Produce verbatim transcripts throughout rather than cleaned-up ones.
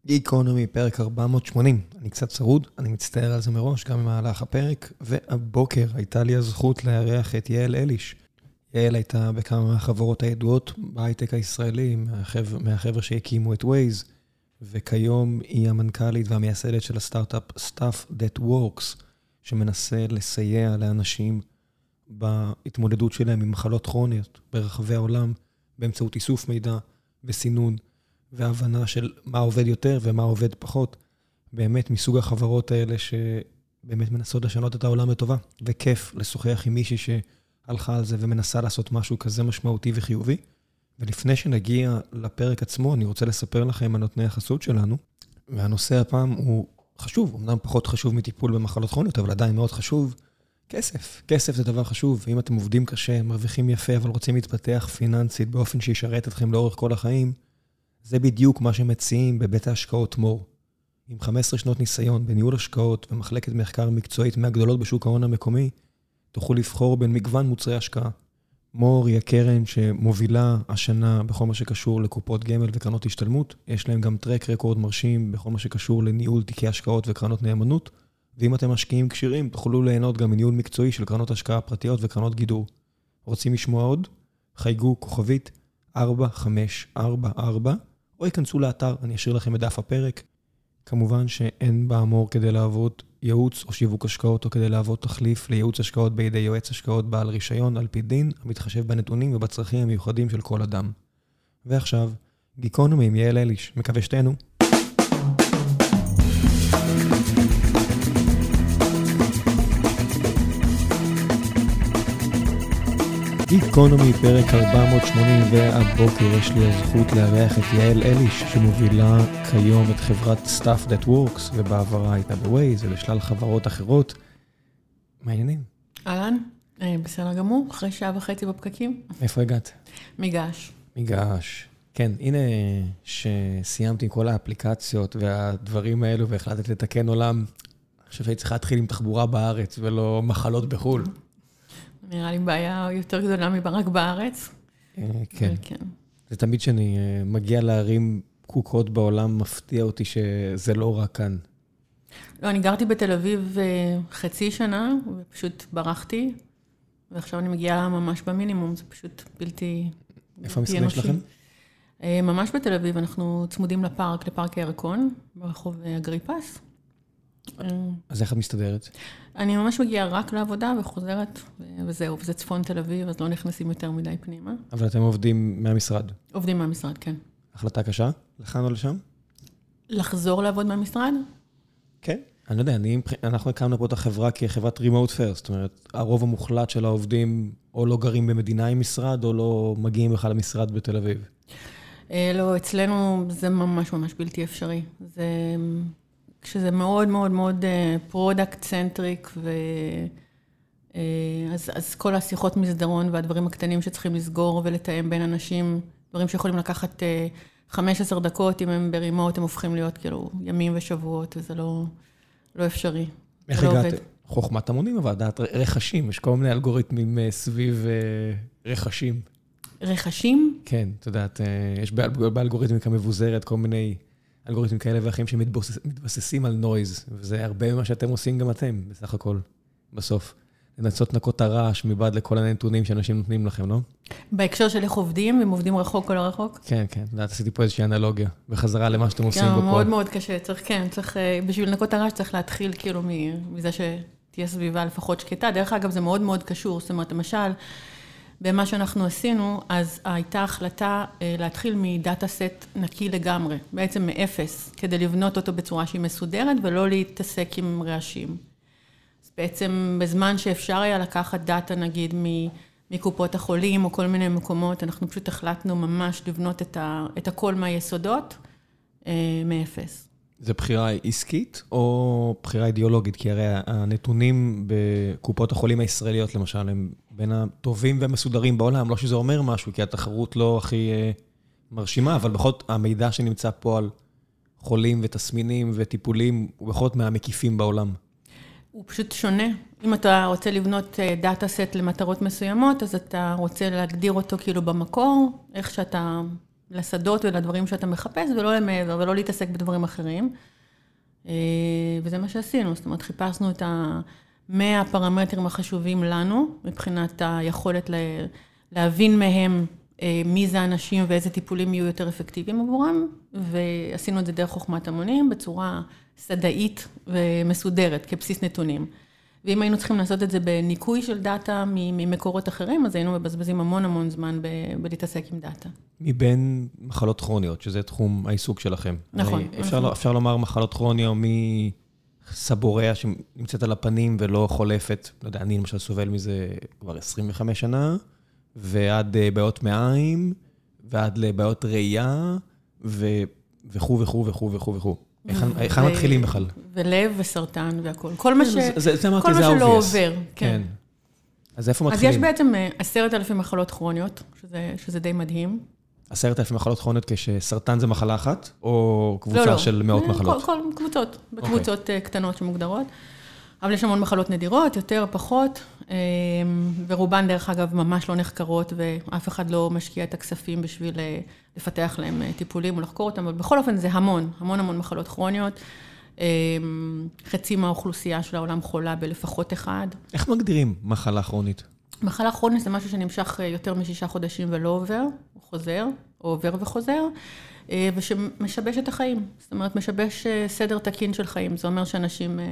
גיקונומי, פרק ארבע מאות ושמונים. אני קצת צרוד, אני מצטער על זה מראש, גם במהלך הפרק, והבוקר הייתה לי הזכות לארח את יעל אליש. יעל הייתה בכמה מהחברות הידועות בהייטק הישראלי, מהחבר, מהחבר שהקימו את ווייז, וכיום היא המנכ"לית והמייסדת של הסטארט-אפ Stuff That Works, שמנסה לסייע לאנשים בהתמודדות שלהם עם מחלות כרוניות ברחבי העולם, באמצעות איסוף מידע וסינון, והבנה של מה עובד יותר ומה עובד פחות, באמת מסוג החברות האלה שבאמת מנסות לשנות את העולם לטובה, וכיף לשוחח עם מישהי שהלכה על זה ומנסה לעשות משהו כזה משמעותי וחיובי. ולפני שנגיע לפרק עצמו, אני רוצה לספר לכם על נותני החסות שלנו, והנושא הפעם הוא חשוב, אמנם פחות חשוב מטיפול במחלות כרוניות, אבל עדיין מאוד חשוב, כסף. כסף זה דבר חשוב, ואם אתם עובדים קשה, מרוויחים יפה, אבל רוצים להתפתח פיננסית באופן שישרת אתכם לאורך כל החיים, זה בדיוק מה שמציעים בבית ההשקעות מור. עם חמש עשרה שנות ניסיון בניהול השקעות ומחלקת מחקר מקצועית מהגדולות בשוק ההון המקומי, תוכלו לבחור בין מגוון מוצרי השקעה. מור היא הקרן שמובילה השנה בכל מה שקשור לקופות גמל וקרנות השתלמות. יש להם גם טרק רקורד מרשים בכל מה שקשור לניהול תיקי השקעות וקרנות נאמנות. ואם אתם משקיעים קשירים, תוכלו ליהנות גם מניהול מקצועי של קרנות השקעה פרטיות וקרנות גידור. רוצים לשמוע עוד? חייגו כוכבית ארבע חמש ארבע ארבע, או ייכנסו לאתר, אני אשאיר לכם את דף הפרק. כמובן שאין באמור כדי לעבוד ייעוץ או שיווק השקעות, או כדי לעבוד תחליף לייעוץ השקעות בידי יועץ השקעות בעל רישיון על פי דין, המתחשב בנתונים ובצרכים המיוחדים של כל אדם. ועכשיו, גיקונומי עם יעל אליש, מקווה שתהנו. גיקונומי, פרק ארבע מאות ושמונים, והבוקר יש לי הזכות לארח את יעל אליש, שמובילה כיום את חברת Stuff That Works, ובעברה הייתה בווייז ובשלל חברות אחרות. מה העניינים? אהלן, בסדר גמור, אחרי שעה וחצי בפקקים. איפה הגעת? מיגש. מיגש. כן, הנה שסיימתי עם כל האפליקציות והדברים האלו, והחלטת לתקן עולם. אני חושב שהיא צריכה להתחיל עם תחבורה בארץ, ולא מחלות בחול. נראה לי בעיה יותר גדולה מברק בארץ. כן. זה תמיד שאני מגיע להרים קוקות בעולם, מפתיע אותי שזה לא רק כאן. לא, אני גרתי בתל אביב חצי שנה, ופשוט ברחתי, ועכשיו אני מגיעה ממש במינימום, זה פשוט בלתי... איפה המשרדים שלכם? ממש בתל אביב, אנחנו צמודים לפארק, לפארק הירקון, ברחוב אגריפס. אז איך את מסתדרת? אני ממש מגיעה רק לעבודה וחוזרת, וזהו, וזה צפון תל אביב, אז לא נכנסים יותר מדי פנימה. אבל אתם עובדים מהמשרד? עובדים מהמשרד, כן. החלטה קשה? לכאן או לשם? לחזור לעבוד מהמשרד? כן. אני לא יודע, אני, אנחנו הקמנו פה את החברה כחברת Remote First, זאת אומרת, הרוב המוחלט של העובדים או לא גרים במדינה עם משרד, או לא מגיעים בכלל למשרד בתל אביב. לא, אצלנו זה ממש ממש בלתי אפשרי. זה... כשזה מאוד מאוד מאוד פרודקט צנטריק, אז, אז כל השיחות מסדרון והדברים הקטנים שצריכים לסגור ולתאם בין אנשים, דברים שיכולים לקחת חמש עשרה דקות, אם הם ברימוט, הם הופכים להיות כאילו ימים ושבועות, וזה לא, לא אפשרי. איך הגעת? חוכמת המונים, אבל דעת רכשים, יש כל מיני אלגוריתמים סביב רכשים. רכשים? כן, את יודעת, יש באלגוריתמיקה מבוזרת כל מיני... אלגוריתמים כאלה ואחרים שמתבססים על נויז, וזה הרבה ממה שאתם עושים גם אתם, בסך הכל, בסוף. לנסות לנקות הרעש מבעד לכל הנתונים שאנשים נותנים לכם, לא? בהקשר של איך עובדים, אם עובדים רחוק או לא רחוק? כן, כן, יודעת, עשיתי פה איזושהי אנלוגיה, בחזרה למה שאתם עושים בפועל. מאוד מאוד קשה, צריך, כן, צריך, בשביל לנקות הרעש צריך להתחיל כאילו מזה שתהיה סביבה לפחות שקטה. דרך אגב, זה מאוד מאוד קשור, זאת אומרת, למשל, במה שאנחנו עשינו, אז הייתה החלטה להתחיל מדאטה סט נקי לגמרי, בעצם מאפס, כדי לבנות אותו בצורה שהיא מסודרת, ולא להתעסק עם רעשים. אז בעצם בזמן שאפשר היה לקחת דאטה, נגיד, מקופות החולים, או כל מיני מקומות, אנחנו פשוט החלטנו ממש לבנות את, ה, את הכל מהיסודות, מאפס. זה בחירה עסקית או בחירה אידיאולוגית? כי הרי הנתונים בקופות החולים הישראליות, למשל, הם בין הטובים והמסודרים בעולם. לא שזה אומר משהו, כי התחרות לא הכי מרשימה, אבל בכל זאת המידע שנמצא פה על חולים ותסמינים וטיפולים, הוא בכל זאת מהמקיפים בעולם. הוא פשוט שונה. אם אתה רוצה לבנות דאטה סט למטרות מסוימות, אז אתה רוצה להגדיר אותו כאילו במקור, איך שאתה לשדות ולדברים שאתה מחפש, ולא למעבר, ולא להתעסק בדברים אחרים. וזה מה שעשינו, זאת אומרת, חיפשנו את המאה הפרמטרים החשובים לנו, מבחינת היכולת להבין מהם מי זה האנשים ואיזה טיפולים יהיו יותר אפקטיביים עבורם, ועשינו את זה דרך חוכמת המונים בצורה סדאית ומסודרת, כבסיס נתונים. ואם היינו צריכים לעשות את זה בניקוי של דאטה ממקורות אחרים, אז היינו מבזבזים המון המון זמן ב- בלהתעסק עם דאטה. מבין מחלות כרוניות, שזה תחום העיסוק שלכם. נכון. אני, אפשר, נכון. אפשר לומר מחלות כרוניות מסבוריה שנמצאת על הפנים ולא חולפת. לא יודע, אני למשל סובל מזה כבר עשרים וחמש שנה, ועד בעיות מעיים, ועד לבעיות ראייה, ו- וכו' וכו' וכו' וכו' וכו'. איך מתחילים בכלל? ולב וסרטן והכל. כל מה שלא עובר. כן. אז איפה מתחילים? אז יש בעצם עשרת אלפים מחלות כרוניות, שזה די מדהים. עשרת אלפים מחלות כרוניות כשסרטן זה מחלה אחת, או קבוצה של מאות מחלות? כל קבוצות, בקבוצות קטנות שמוגדרות. אבל יש המון מחלות נדירות, יותר, פחות, ורובן דרך אגב ממש לא נחקרות, ואף אחד לא משקיע את הכספים בשביל לפתח להם טיפולים או לחקור אותם, אבל בכל אופן זה המון, המון המון מחלות כרוניות. חצי מהאוכלוסייה של העולם חולה בלפחות אחד. איך מגדירים מחלה כרונית? מחלה כרונית זה משהו שנמשך יותר משישה חודשים ולא עובר, או חוזר, או עובר וחוזר, ושמשבש את החיים. זאת אומרת, משבש סדר תקין של חיים. זה אומר שאנשים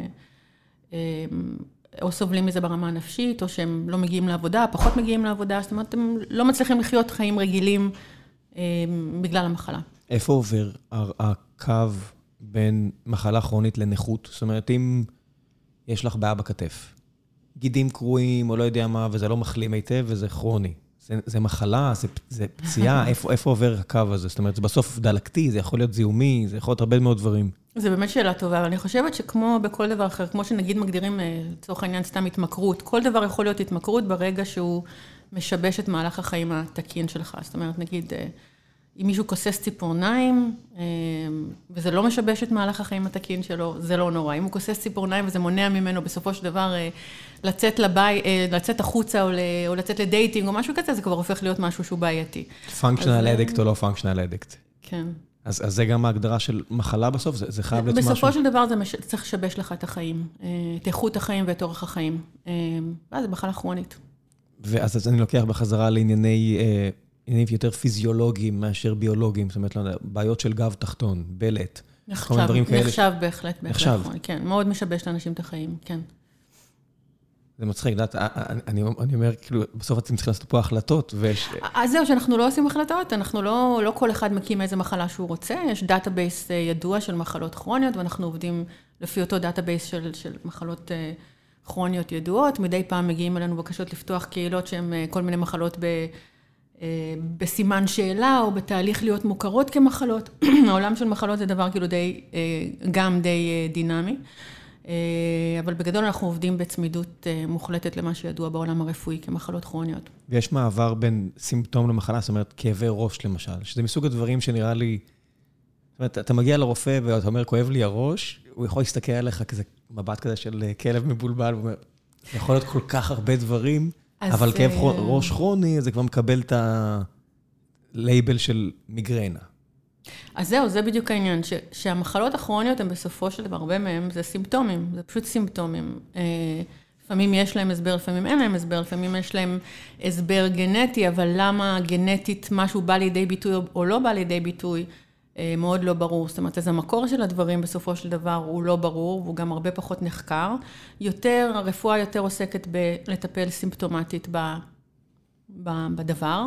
או סובלים מזה ברמה הנפשית, או שהם לא מגיעים לעבודה, פחות מגיעים לעבודה, זאת אומרת, הם לא מצליחים לחיות חיים רגילים בגלל המחלה. איפה עובר הקו בין מחלה כרונית לנכות? זאת אומרת, אם יש לך בעיה בכתף, גידים קרועים או לא יודע מה, וזה לא מחלים היטב וזה כרוני. זה, זה מחלה, זה, זה פציעה, איפה, איפה עובר הקו הזה? זאת אומרת, זה בסוף דלקתי, זה יכול להיות זיהומי, זה יכול להיות הרבה מאוד דברים. זה באמת שאלה טובה, אבל אני חושבת שכמו בכל דבר אחר, כמו שנגיד מגדירים, לצורך העניין סתם התמכרות, כל דבר יכול להיות התמכרות ברגע שהוא משבש את מהלך החיים התקין שלך. זאת אומרת, נגיד, אם מישהו כוסס ציפורניים, וזה לא משבש את מהלך החיים התקין שלו, זה לא נורא. אם הוא כוסס ציפורניים וזה מונע ממנו בסופו של דבר לצאת לבית, לצאת החוצה או לצאת לדייטינג או משהו כזה, זה כבר הופך להיות משהו שהוא בעייתי. פונקשנל אדיקט או לא פונקשנל אדיקט. כן. אז, אז זה גם ההגדרה של מחלה בסוף, זה, זה חייב להיות משהו. בסופו של דבר זה מש... צריך לשבש לך את החיים, את איכות החיים ואת אורך החיים. ואז זה מחלה כרונית. ואז אז אני לוקח בחזרה לענייני עניינים יותר פיזיולוגיים מאשר ביולוגיים, זאת אומרת, לא יודע, בעיות של גב תחתון, בלט. נחשב, נחשב בהחלט, בהחלט. כן, מאוד משבש לאנשים את החיים, כן. זה מצחיק, דעת, אני, אני אומר, כאילו, בסוף אתם צריכים לעשות פה החלטות, ויש... אז זהו, שאנחנו לא עושים החלטות, אנחנו לא, לא כל אחד מקים איזה מחלה שהוא רוצה, יש דאטאבייס ידוע של מחלות כרוניות, ואנחנו עובדים לפי אותו דאטאבייס של, של מחלות כרוניות ידועות, מדי פעם מגיעים אלינו בקשות לפתוח קהילות שהן כל מיני מחלות ב, בסימן שאלה, או בתהליך להיות מוכרות כמחלות. העולם של מחלות זה דבר כאילו די, גם די דינמי. אבל בגדול אנחנו עובדים בצמידות מוחלטת למה שידוע בעולם הרפואי כמחלות כרוניות. ויש מעבר בין סימפטום למחלה, זאת אומרת, כאבי ראש למשל, שזה מסוג הדברים שנראה לי, זאת אומרת, אתה מגיע לרופא ואתה אומר, כואב לי הראש, הוא יכול להסתכל עליך כזה מבט כזה של כלב מבולבל, הוא אומר, זה יכול להיות כל כך הרבה דברים, אבל כאב ראש כרוני, זה כבר מקבל את הלייבל של מיגרנה. אז זהו, זה בדיוק העניין, ש, שהמחלות הכרוניות הן בסופו של דבר, הרבה מהם זה סימפטומים, זה פשוט סימפטומים. לפעמים יש להם הסבר, לפעמים אין להם הסבר, לפעמים יש להם הסבר גנטי, אבל למה גנטית משהו בא לידי ביטוי או לא בא לידי ביטוי, מאוד לא ברור. זאת אומרת, אז המקור של הדברים בסופו של דבר הוא לא ברור, והוא גם הרבה פחות נחקר. יותר, הרפואה יותר עוסקת בלטפל סימפטומטית ב, ב, בדבר.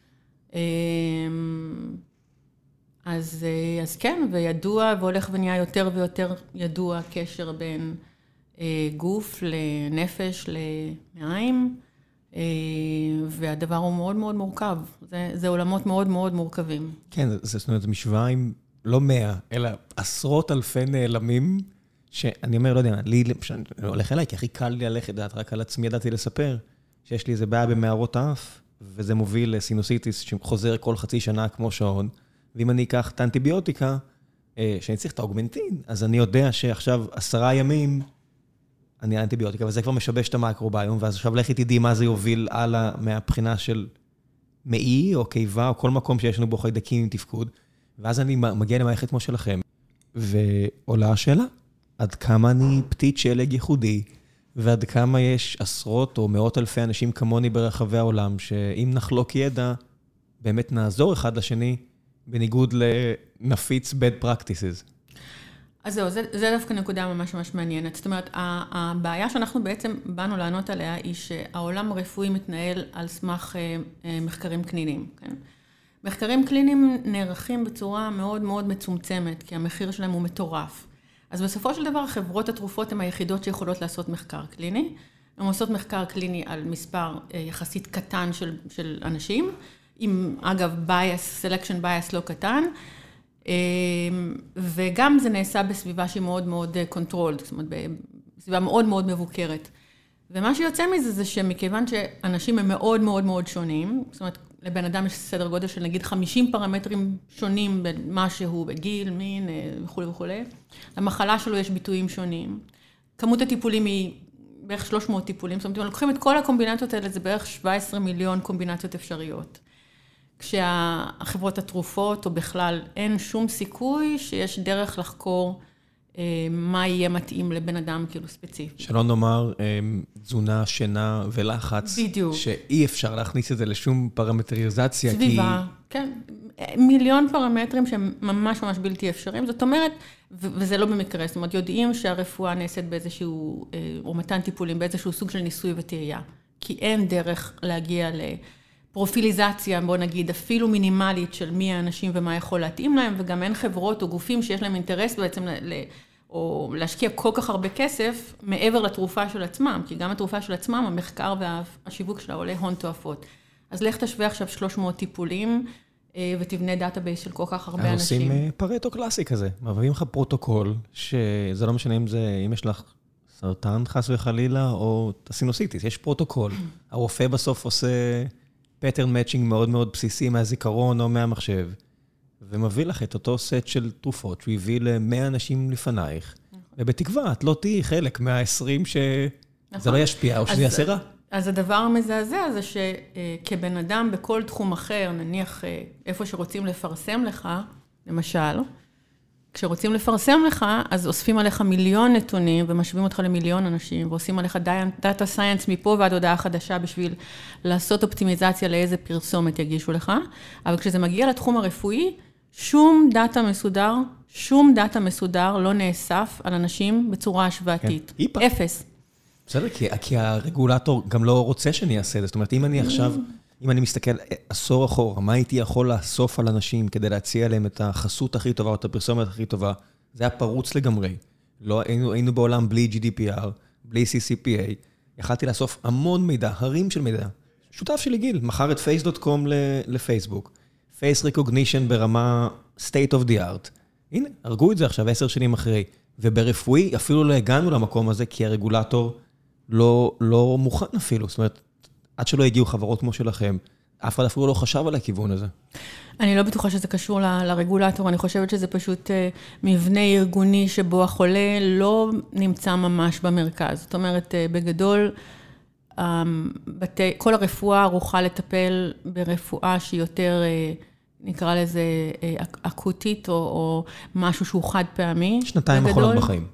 אז, אז כן, וידוע, והולך ונהיה יותר ויותר ידוע קשר בין אה, גוף לנפש, למעיים, אה, והדבר הוא מאוד מאוד מורכב. זה, זה עולמות מאוד מאוד מורכבים. כן, זה, זאת אומרת, משוואה עם לא מאה, אלא עשרות אלפי נעלמים, שאני אומר, לא יודע, לי, שאני הולך אליי, כי הכי קל לי ללכת, רק על עצמי ידעתי לספר, שיש לי איזה בעיה במערות האף, וזה מוביל לסינוסיטיס שחוזר כל חצי שנה כמו שעון, ואם אני אקח את האנטיביוטיקה, שאני צריך את האוגמנטין, אז אני יודע שעכשיו עשרה ימים אני האנטיביוטיקה, וזה כבר משבש את המיקרוביום, ואז עכשיו לכי תדעי מה זה יוביל הלאה מהבחינה של מעי או קיבה או כל מקום שיש לנו בו חיידקים עם תפקוד, ואז אני מגיע למערכת כמו שלכם, ועולה השאלה, עד כמה אני פתית שלג ייחודי, ועד כמה יש עשרות או מאות אלפי אנשים כמוני ברחבי העולם, שאם נחלוק ידע, באמת נעזור אחד לשני, בניגוד לנפיץ bad practices. אז זהו, זה, זה דווקא נקודה ממש ממש מעניינת. זאת אומרת, הבעיה שאנחנו בעצם באנו לענות עליה, היא שהעולם הרפואי מתנהל על סמך מחקרים קליניים, כן? מחקרים קליניים נערכים בצורה מאוד מאוד מצומצמת, כי המחיר שלהם הוא מטורף. אז בסופו של דבר, חברות התרופות הן היחידות שיכולות לעשות מחקר קליני. הן עושות מחקר קליני על מספר יחסית קטן של, של אנשים, עם, אגב, bias, selection bias לא קטן, וגם זה נעשה בסביבה שהיא מאוד מאוד controlled, זאת אומרת, בסביבה מאוד מאוד מבוקרת. ומה שיוצא מזה זה שמכיוון שאנשים הם מאוד מאוד מאוד שונים, זאת אומרת, לבן אדם יש סדר גודל של נגיד חמישים פרמטרים שונים במשהו, בגיל, מין וכו' וכו'. למחלה שלו יש ביטויים שונים. כמות הטיפולים היא בערך שלוש מאות טיפולים, זאת אומרת, אם לוקחים את כל הקומבינציות האלה, זה בערך שבעה עשר מיליון קומבינציות אפשריות. כשהחברות התרופות, או בכלל, אין שום סיכוי שיש דרך לחקור מה יהיה מתאים לבן אדם כאילו ספציפי. שלא נאמר, תזונה, שינה ולחץ. בדיוק. שאי אפשר להכניס את זה לשום פרמטריזציה. סביבה, כי... כן. מיליון פרמטרים שהם ממש ממש בלתי אפשריים. זאת אומרת, וזה לא במקרה, זאת אומרת, יודעים שהרפואה נעשית באיזשהו, או מתן טיפולים, באיזשהו סוג של ניסוי וטעייה. כי אין דרך להגיע לפרופיליזציה, בוא נגיד, אפילו מינימלית של מי האנשים ומה יכול להתאים להם, וגם אין חברות או גופים שיש להם אינטרס בעצם ל... או להשקיע כל כך הרבה כסף מעבר לתרופה של עצמם, כי גם התרופה של עצמם, המחקר והשיווק שלה עולה הון תועפות. אז לך תשווה עכשיו שלוש מאות טיפולים, ותבנה דאטאבייס של כל כך הרבה אנשים. עושים פרטו קלאסי כזה. מביאים לך פרוטוקול, שזה לא משנה אם זה, אם יש לך סרטן חס וחלילה, או סינוסיטיס, יש פרוטוקול. הרופא בסוף עושה pattern matching מאוד מאוד בסיסי מהזיכרון או מהמחשב. ומביא לך את אותו סט של תרופות, שהוא הביא למאה אנשים לפנייך, ובתקווה, את לא תהיי חלק מהעשרים שזה לא ישפיע, או שזה יעשה רע. אז הדבר המזעזע זה שכבן אדם בכל תחום אחר, נניח איפה שרוצים לפרסם לך, למשל, כשרוצים לפרסם לך, אז אוספים עליך מיליון נתונים, ומשווים אותך למיליון אנשים, ועושים עליך דאטה סיינס מפה ועד הודעה חדשה, בשביל לעשות אופטימיזציה לאיזה פרסומת יגישו לך. אבל כשזה מגיע לתחום הרפואי, שום דאטה מסודר, שום דאטה מסודר לא נאסף על אנשים בצורה השוואתית. כן. אפס. בסדר, כי, כי הרגולטור גם לא רוצה שאני אעשה את זה. זאת אומרת, אם אני עכשיו, אם אני מסתכל עשור אחורה, מה הייתי יכול לאסוף על אנשים כדי להציע להם את החסות הכי טובה, או את הפרסומת הכי טובה, זה היה פרוץ לגמרי. לא, היינו, היינו בעולם בלי ג'י די פי אר, בלי סי סי פי איי. יכלתי לאסוף המון מידע, הרים של מידע. שותף שלי גיל, מכר את פייס דוט קום לפייסבוק. פייס ריקוגנישן ברמה state of the art. הנה, הרגו את זה עכשיו עשר שנים אחרי. וברפואי אפילו לא הגענו למקום הזה, כי הרגולטור לא, לא מוכן אפילו. זאת אומרת, עד שלא הגיעו חברות כמו שלכם, אף אחד אפילו לא חשב על הכיוון הזה. אני לא בטוחה שזה קשור ל, לרגולטור, אני חושבת שזה פשוט מבנה ארגוני שבו החולה לא נמצא ממש במרכז. זאת אומרת, בגדול, בתי, כל הרפואה ערוכה לטפל ברפואה שהיא יותר, נקרא לזה, אקוטית, או, או משהו שהוא חד פעמי. שנתיים אחרונות בחיים.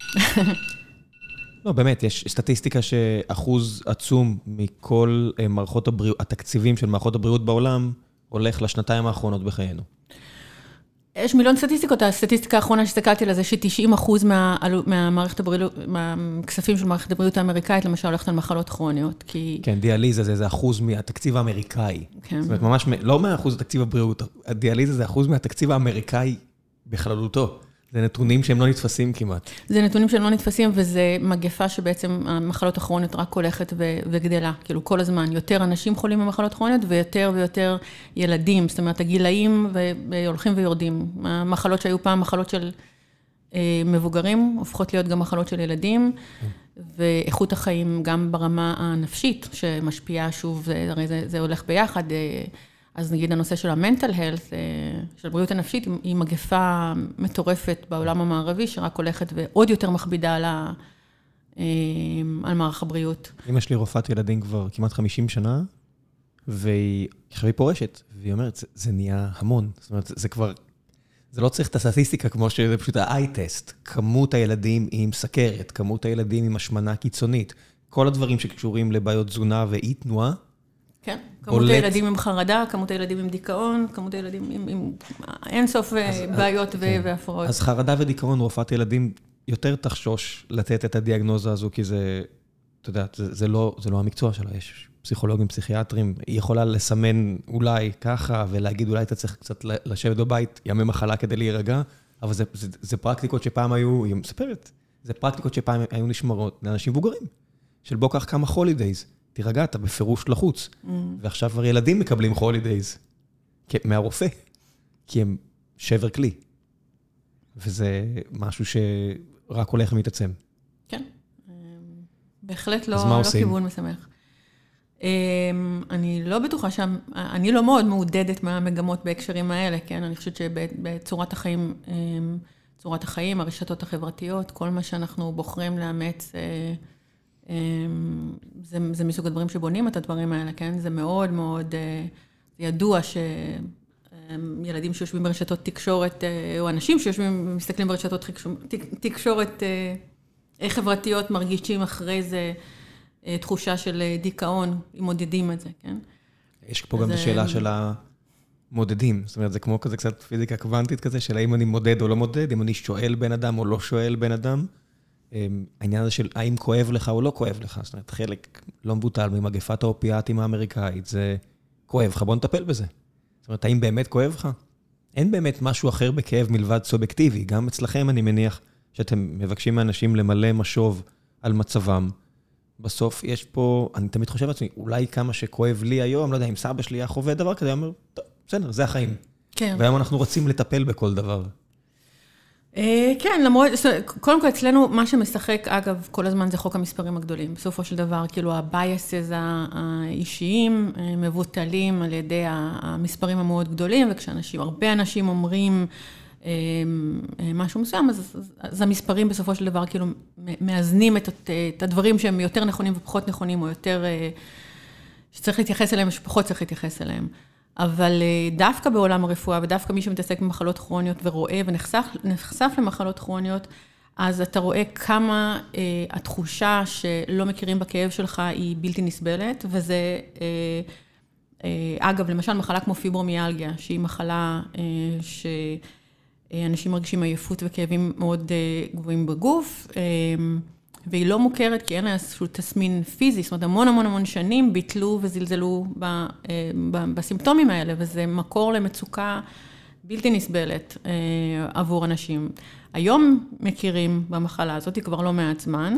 לא, באמת, יש סטטיסטיקה שאחוז עצום מכל מערכות הבריאות, התקציבים של מערכות הבריאות בעולם, הולך לשנתיים האחרונות בחיינו. יש מיליון סטטיסטיקות, הסטטיסטיקה האחרונה שסתכלתי לה זה ש-תשעים אחוז מהמערכת הבריאות, מהכספים של מערכת הבריאות האמריקאית, למשל הולכת על מחלות כרוניות, כי... כן, דיאליזה זה, זה אחוז מהתקציב האמריקאי. כן. זאת אומרת, ממש, לא מהאחוז התקציב הבריאות, הדיאליזה זה אחוז מהתקציב האמריקאי בכללותו. זה נתונים שהם לא נתפסים כמעט. זה נתונים שהם לא נתפסים, וזה מגפה שבעצם המחלות הכרוניות רק הולכת וגדלה. כאילו כל הזמן, יותר אנשים חולים במחלות כרוניות, ויותר ויותר ילדים. זאת אומרת, הגילאים הולכים ויורדים. המחלות שהיו פעם מחלות של מבוגרים, הופכות להיות גם מחלות של ילדים, ואיכות החיים גם ברמה הנפשית, שמשפיעה שוב, הרי זה, זה הולך ביחד, אז נגיד הנושא של ה-mental health, של בריאות הנפשית, היא מגפה מטורפת בעולם המערבי, שרק הולכת ועוד יותר מכבידה על, ה, על מערך הבריאות. אמא שלי רופאת ילדים כבר כמעט חמישים שנה, והיא, עכשיו היא פורשת, והיא אומרת, זה, זה נהיה המון. זאת אומרת, זה כבר, זה לא צריך את הסטטיסטיקה כמו שזה פשוט ה-i-test. כמות הילדים עם סכרת, כמות הילדים עם השמנה קיצונית, כל הדברים שקשורים לבעיות תזונה ואי תנועה. כן, כמות הילדים עם חרדה, כמות הילדים עם דיכאון, כמות הילדים עם, עם אינסוף בעיות והפרעות. אז חרדה ודיכאון, רופאת ילדים יותר תחשוש לתת את הדיאגנוזה הזו, כי זה, אתה יודע, זה, זה לא, זה לא המקצוע שלה, יש פסיכולוגים, פסיכיאטרים, היא יכולה לסמן אולי ככה, ולהגיד אולי אתה צריך קצת לשבת בבית, ימי מחלה כדי להירגע, אבל זה, זה, זה פרקטיקות שפעם היו, היא מספרת, זה פרקטיקות שפעם היו נשמרות לאנשים מבוגרים, של בוא קח כמה holidays, תירגע, אתה בפירוש לחוץ, mm. ועכשיו כבר ילדים מקבלים holidays, מהרופא, כי הם שבר כלי, וזה משהו שרק הולך ומתעצם. כן, בהחלט לא, לא כיוון משמח. אני לא בטוחה שם, אני לא מאוד מעודדת מהמגמות בהקשרים האלה, כן? אני חושבת שבצורת החיים, צורת החיים, הרשתות החברתיות, כל מה שאנחנו בוחרים לאמץ, זה, זה מסוג הדברים שבונים את הדברים האלה, כן? זה מאוד מאוד ידוע שילדים שיושבים ברשתות תקשורת, או אנשים שיושבים ומסתכלים ברשתות תקשורת חברתיות מרגישים אחרי זה תחושה של דיכאון, אם מודדים את זה, כן? יש פה גם את השאלה של המודדים, זאת אומרת, זה כמו כזה קצת פיזיקה קוונטית כזה, של האם אני מודד או לא מודד, אם אני שואל בן אדם או לא שואל בן אדם, העניין הזה של האם כואב לך או לא כואב לך, זאת אומרת, חלק לא מבוטל ממגפת האופיאטים האמריקאית, זה כואב לך, בוא נטפל בזה. זאת אומרת, האם באמת כואב לך? אין באמת משהו אחר בכאב מלבד סובייקטיבי, גם אצלכם אני מניח שאתם מבקשים מאנשים למלא משוב על מצבם, בסוף יש פה, אני תמיד חושב לעצמי, אולי כמה שכואב לי היום, לא יודע, אם סבא שלי היה חווה דבר כזה, אני אומר, טוב, בסדר, זה החיים. כן. והיום אנחנו רוצים לטפל בכל דבר. כן, למרות, קודם כל אצלנו, מה שמשחק, אגב, כל הזמן זה חוק המספרים הגדולים. בסופו של דבר, כאילו, הבייסס האישיים מבוטלים על ידי המספרים המאוד גדולים, וכשאנשים, הרבה אנשים אומרים משהו מסוים, אז, אז המספרים בסופו של דבר כאילו מאזנים את, את הדברים שהם יותר נכונים ופחות נכונים, או יותר שצריך להתייחס אליהם, שפחות צריך להתייחס אליהם. אבל דווקא בעולם הרפואה, ודווקא מי שמתעסק במחלות כרוניות ורואה ונחשף נחשף למחלות כרוניות, אז אתה רואה כמה אה, התחושה שלא מכירים בכאב שלך היא בלתי נסבלת, וזה, אה, אה, אגב, למשל מחלה כמו פיברומיאלגיה, שהיא מחלה אה, ש... אנשים מרגישים עייפות וכאבים מאוד גבוהים בגוף, והיא לא מוכרת כי אין לה איזשהו תסמין פיזי, זאת אומרת, המון המון המון שנים ביטלו וזלזלו בסימפטומים האלה, וזה מקור למצוקה בלתי נסבלת עבור אנשים. היום מכירים במחלה הזאת, היא כבר לא מעט זמן,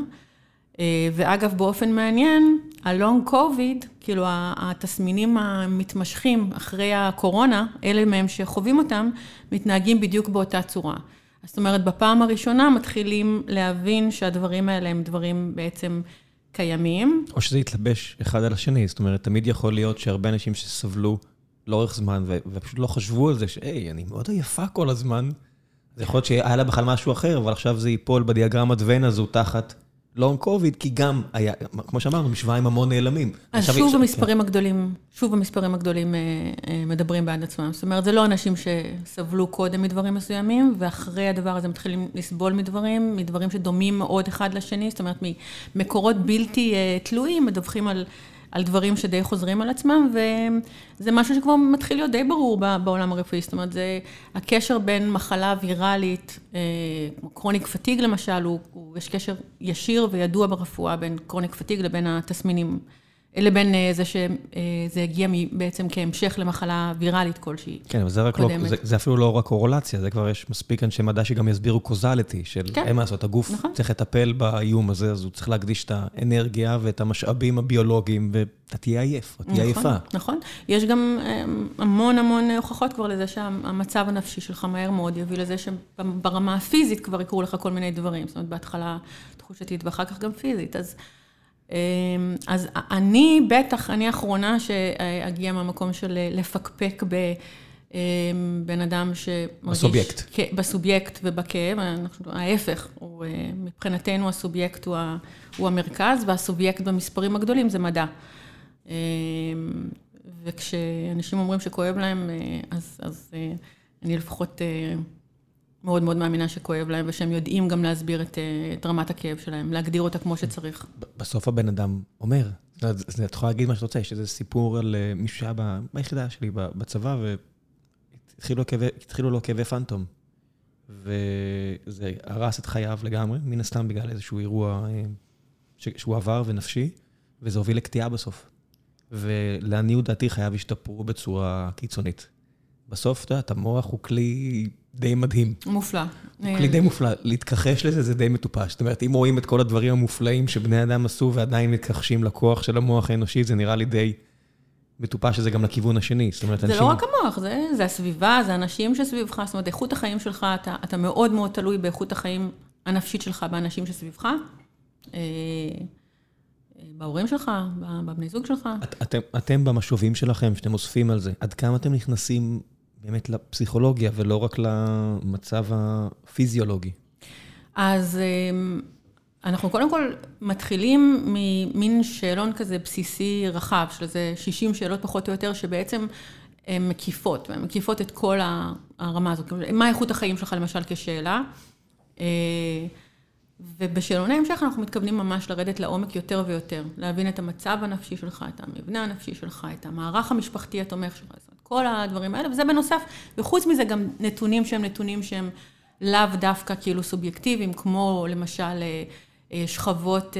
ואגב, באופן מעניין, הלונג קוביד, כאילו התסמינים המתמשכים אחרי הקורונה, אלה מהם שחווים אותם, מתנהגים בדיוק באותה צורה. זאת אומרת, בפעם הראשונה מתחילים להבין שהדברים האלה הם דברים בעצם קיימים. או שזה יתלבש אחד על השני, זאת אומרת, תמיד יכול להיות שהרבה אנשים שסבלו לאורך זמן, ופשוט לא חשבו על זה, שהי, אני מאוד עייפה כל הזמן, זה יכול להיות שהיה לה בכלל משהו אחר, אבל עכשיו זה ייפול בדיאגרמת ון הזו תחת לונג קוביד, כי גם היה, כמו שאמרנו, משוואה עם המון נעלמים. אז שוב המספרים הגדולים, שוב המספרים הגדולים מדברים בעד עצמם. זאת אומרת, זה לא אנשים שסבלו קודם מדברים מסוימים, ואחרי הדבר הזה מתחילים לסבול מדברים, מדברים שדומים מאוד אחד לשני, זאת אומרת, ממקורות בלתי תלויים, מדווחים על על דברים שדי חוזרים על עצמם, וזה משהו שכבר מתחיל להיות די ברור בעולם הרפואי, זאת אומרת, זה הקשר בין מחלה ויראלית, קרוניק פטיג למשל, הוא, יש קשר ישיר וידוע ברפואה בין קרוניק פטיג לבין התסמינים, לבין זה שזה הגיע בעצם כהמשך למחלה ויראלית כלשהי. כן, אבל זה, רק לא, זה, זה אפילו לא רק קורולציה, זה כבר יש מספיק אנשי מדע שגם יסבירו קוזליטי, של כן. אין מה לעשות, הגוף נכון. צריך לטפל באיום הזה, אז הוא צריך להקדיש את האנרגיה ואת המשאבים הביולוגיים, ואתה תהיה עייף, אתה תהיה נכון, עייפה. נכון, יש גם המון המון הוכחות כבר לזה שהמצב הנפשי שלך מהר מאוד יביא לזה שברמה הפיזית כבר יקרו לך כל מיני דברים, זאת אומרת, בהתחלה תחושתית ואחר כך גם פיזית, אז אז אני בטח, אני האחרונה שאגיע מהמקום של לפקפק בבן אדם שמרגיש... בסובייקט. בסובייקט ובכאב, ההפך, הוא, מבחינתנו הסובייקט הוא, הוא המרכז, והסובייקט במספרים הגדולים זה מדע. וכשאנשים אומרים שכואב להם, אז, אז אני לפחות מאוד מאוד מאמינה שכואב להם, ושהם יודעים גם להסביר את, את רמת הכאב שלהם, להגדיר אותה כמו שצריך. בסוף הבן אדם אומר, את יכולה להגיד מה שאת רוצה, שזה סיפור על מישהו שהיה ביחידה שלי בצבא, והתחילו לו כאבי פנטום. וזה הרס את חייו לגמרי, מן הסתם בגלל איזשהו אירוע שהוא עבר ונפשי, וזה הוביל לקטיעה בסוף. ולעניות דעתי חייו השתפרו בצורה קיצונית. בסוף, אתה יודע, המוח הוא כלי די מדהים. מופלא. הוא כלי די מופלא. להתכחש לזה זה די מטופש. זאת אומרת, אם רואים את כל הדברים המופלאים שבני אדם עשו ועדיין מתכחשים לכוח של המוח האנושי, זה נראה לי די מטופש שזה גם לכיוון השני. זאת אומרת, זה אנשים... לא רק המוח, זה, זה הסביבה, זה האנשים שסביבך. זאת אומרת, איכות החיים שלך, אתה, אתה מאוד מאוד תלוי באיכות החיים הנפשית שלך, באנשים שסביבך. בהורים שלך, בבני זוג שלך. את, אתם, אתם במשובים שלכם, שאתם אוספים על זה, עד כמה אתם נכנסים באמת לפסיכולוגיה, ולא רק למצב הפיזיולוגי? אז אנחנו קודם כל מתחילים ממין שאלון כזה בסיסי רחב, של איזה שישים שאלות פחות או יותר, שבעצם הן מקיפות, והן מקיפות את כל הרמה הזאת. מה איכות החיים שלך למשל כשאלה? ובשאלוני המשך אנחנו מתכוונים ממש לרדת לעומק יותר ויותר, להבין את המצב הנפשי שלך, את המבנה הנפשי שלך, את המערך המשפחתי התומך שלך, זאת אומרת, כל הדברים האלה, וזה בנוסף, וחוץ מזה גם נתונים שהם נתונים שהם לאו דווקא כאילו סובייקטיביים, כמו למשל שכבות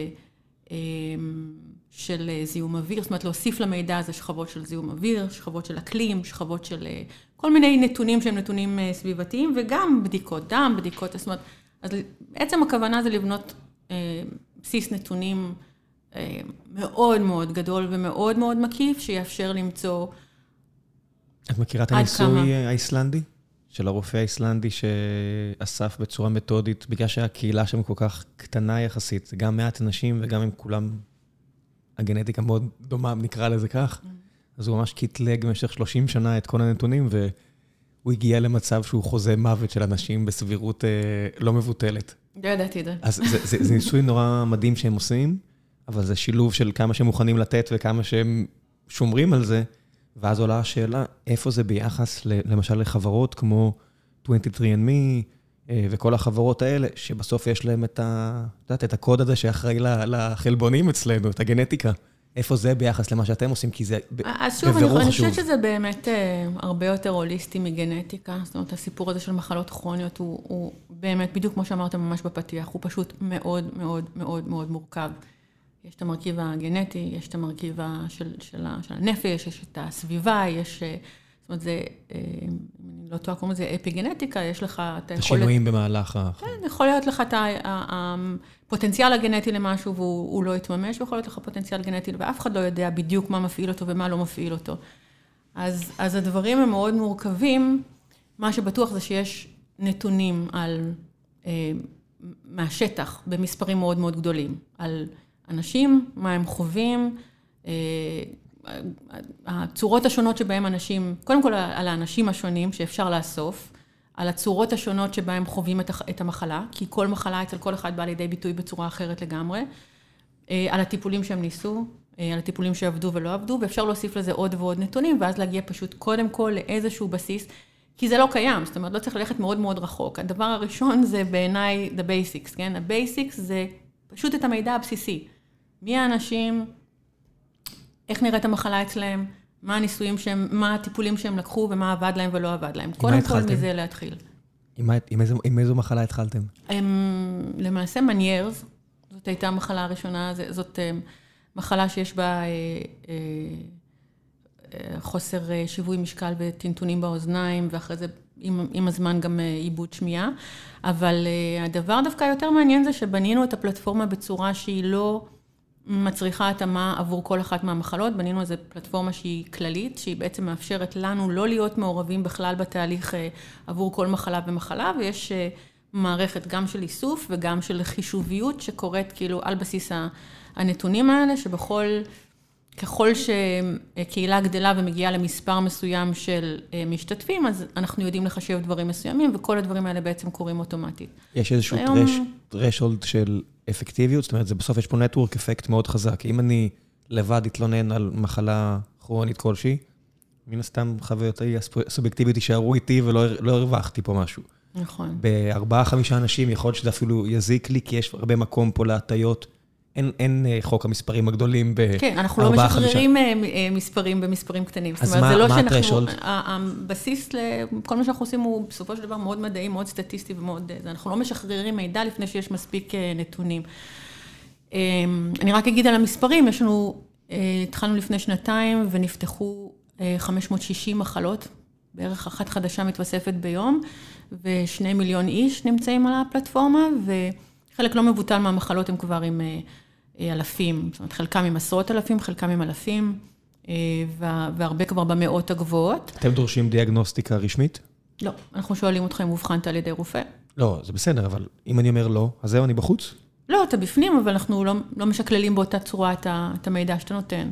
של זיהום אוויר, זאת אומרת להוסיף למידע הזה שכבות של זיהום אוויר, שכבות של אקלים, שכבות של כל מיני נתונים שהם נתונים סביבתיים, וגם בדיקות דם, בדיקות, זאת אומרת, אז בעצם הכוונה זה לבנות אה, בסיס נתונים אה, מאוד מאוד גדול ומאוד מאוד מקיף, שיאפשר למצוא... את מכירה את הניסוי האיסלנדי? של הרופא האיסלנדי שאסף בצורה מתודית, בגלל שהקהילה שם כל כך קטנה יחסית, זה גם מעט אנשים וגם הם כולם, הגנטיקה מאוד דומה, נקרא לזה כך, mm. אז הוא ממש קטלג במשך שלושים שנה את כל הנתונים, ו... הוא הגיע למצב שהוא חוזה מוות של אנשים בסבירות אה, לא מבוטלת. לא ידעתי את זה. אז זה, זה, זה ניסוי נורא מדהים שהם עושים, אבל זה שילוב של כמה שהם מוכנים לתת וכמה שהם שומרים על זה, ואז עולה השאלה, איפה זה ביחס למשל לחברות כמו עשרים ושלוש אנד מי, אה, וכל החברות האלה, שבסוף יש להם את, ה, את הקוד הזה שאחראי לחלבונים אצלנו, את הגנטיקה. איפה זה ביחס למה שאתם עושים? כי זה בבירור חשוב. אז שוב, אני, אני חושבת שזה באמת אה, הרבה יותר הוליסטי מגנטיקה. זאת אומרת, הסיפור הזה של מחלות כרוניות הוא, הוא באמת, בדיוק כמו שאמרת ממש בפתיח, הוא פשוט מאוד מאוד מאוד מאוד מורכב. יש את המרכיב הגנטי, יש את המרכיב של, של, של הנפש, יש את הסביבה, יש... זאת אומרת, זה, אם אני לא טועה, קוראים לזה אפיגנטיקה, יש לך את היכולת... השינויים במהלך ה... כן, יכול להיות לך את הפוטנציאל הגנטי למשהו, והוא לא יתממש, ויכול להיות לך פוטנציאל גנטי, ואף אחד לא יודע בדיוק מה מפעיל אותו ומה לא מפעיל אותו. אז, אז הדברים הם מאוד מורכבים. מה שבטוח זה שיש נתונים על, אה, מהשטח, במספרים מאוד מאוד גדולים, על אנשים, מה הם חווים, אה, הצורות השונות שבהם אנשים, קודם כל על האנשים השונים שאפשר לאסוף, על הצורות השונות שבהם חווים את המחלה, כי כל מחלה אצל כל אחד בא לידי ביטוי בצורה אחרת לגמרי, על הטיפולים שהם ניסו, על הטיפולים שעבדו ולא עבדו, ואפשר להוסיף לזה עוד ועוד נתונים, ואז להגיע פשוט קודם כל לאיזשהו בסיס, כי זה לא קיים, זאת אומרת, לא צריך ללכת מאוד מאוד רחוק. הדבר הראשון זה בעיניי the basics, כן? ה-basics זה פשוט את המידע הבסיסי. מי האנשים, איך נראית המחלה אצלם, מה הניסויים שהם, מה הטיפולים שהם לקחו, ומה עבד להם ולא עבד להם. קודם כל מזה להתחיל. עם, עם, איזו, עם איזו מחלה התחלתם? הם, למעשה מניירס, זאת הייתה המחלה הראשונה, זאת מחלה שיש בה אה, אה, חוסר שיווי משקל וטנטונים באוזניים, ואחרי זה עם, עם הזמן גם עיבוד שמיעה. אבל אה, הדבר דווקא יותר מעניין זה שבנינו את הפלטפורמה בצורה שהיא לא... מצריכה התאמה עבור כל אחת מהמחלות, בנינו איזו פלטפורמה שהיא כללית, שהיא בעצם מאפשרת לנו לא להיות מעורבים בכלל בתהליך עבור כל מחלה ומחלה, ויש מערכת גם של איסוף וגם של חישוביות שקורית כאילו על בסיס הנתונים האלה, שבכל, ככל שקהילה גדלה ומגיעה למספר מסוים של משתתפים, אז אנחנו יודעים לחשב דברים מסוימים, וכל הדברים האלה בעצם קורים אוטומטית. יש איזשהו היום... threshold של... אפקטיביות, זאת אומרת, זה בסוף יש פה נטוורק אפקט מאוד חזק. אם אני לבד התלונן על מחלה כרונית כלשהי, מן הסתם חוויותי הסובייקטיבית יישארו איתי ולא לא הרווחתי פה משהו. נכון. בארבעה, חמישה אנשים יכול להיות שזה אפילו יזיק לי, כי יש הרבה מקום פה להטיות. אין, אין חוק המספרים הגדולים בארבעה, חמישה. כן, אנחנו לא משחררים מספרים במספרים קטנים. אז מה, מה הטרשולד? הבסיס לכל מה שאנחנו עושים הוא בסופו של דבר מאוד מדעי, מאוד סטטיסטי ומאוד... אנחנו לא משחררים מידע לפני שיש מספיק נתונים. אני רק אגיד על המספרים, יש לנו, התחלנו לפני שנתיים ונפתחו חמש מאות ושישים מחלות, בערך אחת חדשה מתווספת ביום, ושני מיליון איש נמצאים על הפלטפורמה, וחלק לא מבוטל מהמחלות הם כבר עם אלפים, זאת אומרת, חלקם עם עשרות אלפים, חלקם עם אלפים, והרבה כבר במאות הגבוהות. אתם דורשים דיאגנוסטיקה רשמית? לא, אנחנו שואלים אותך אם הובחנת על ידי רופא. לא, זה בסדר, אבל אם אני אומר לא, אז זהו, אני בחוץ? לא, אתה בפנים, אבל אנחנו לא, לא משקללים באותה צורה את, ה, את המידע שאתה נותן.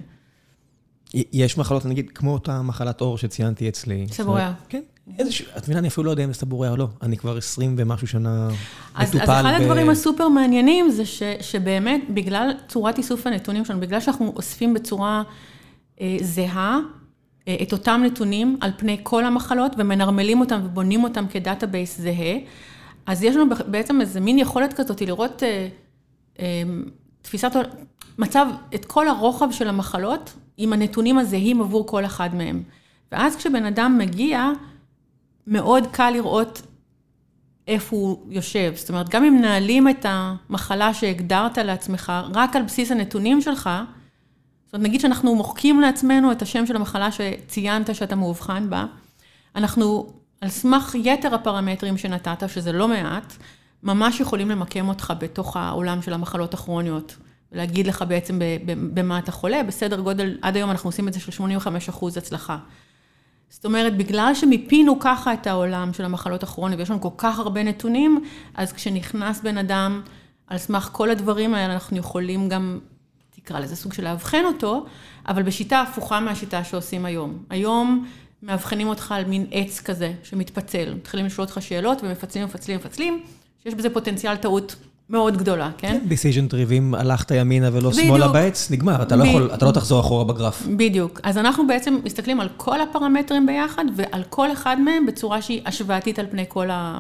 יש מחלות, נגיד, כמו אותה מחלת אור שציינתי אצלי. סבוריה. כן. איזשהו, את מבינה, אני אפילו לא יודע אם זה סבוריה או לא. אני כבר עשרים ומשהו שנה אז, מטופל. אז אחד ב... הדברים הסופר מעניינים זה ש, שבאמת, בגלל צורת איסוף הנתונים שלנו, בגלל שאנחנו אוספים בצורה אה, זהה, אה, את אותם נתונים על פני כל המחלות, ומנרמלים אותם ובונים אותם כדאטאבייס זהה, אז יש לנו בעצם איזה מין יכולת כזאת לראות אה, אה, תפיסת מצב, את כל הרוחב של המחלות, עם הנתונים הזהים עבור כל אחד מהם. ואז כשבן אדם מגיע, מאוד קל לראות איפה הוא יושב. זאת אומרת, גם אם נעלים את המחלה שהגדרת לעצמך, רק על בסיס הנתונים שלך, זאת אומרת, נגיד שאנחנו מוחקים לעצמנו את השם של המחלה שציינת שאתה מאובחן בה, אנחנו, על סמך יתר הפרמטרים שנתת, שזה לא מעט, ממש יכולים למקם אותך בתוך העולם של המחלות הכרוניות. ולהגיד לך בעצם במה אתה חולה, בסדר גודל, עד היום אנחנו עושים את זה של שמונים וחמישה אחוז הצלחה. זאת אומרת, בגלל שמיפינו ככה את העולם של המחלות הכרוניות, ויש לנו כל כך הרבה נתונים, אז כשנכנס בן אדם על סמך כל הדברים האלה, אנחנו יכולים גם, תקרא לזה סוג של להבחן אותו, אבל בשיטה הפוכה מהשיטה שעושים היום. היום מאבחנים אותך על מין עץ כזה שמתפצל. מתחילים לשאול אותך שאלות ומפצלים, מפצלים, מפצלים, שיש בזה פוטנציאל טעות מאוד גדולה, כן? decision tree, אם הלכת ימינה ולא שמאלה בעץ, נגמר, אתה לא יכול, אתה לא תחזור אחורה בגרף. בדיוק. אז אנחנו בעצם מסתכלים על כל הפרמטרים ביחד, ועל כל אחד מהם בצורה שהיא השוואתית על פני כל ה...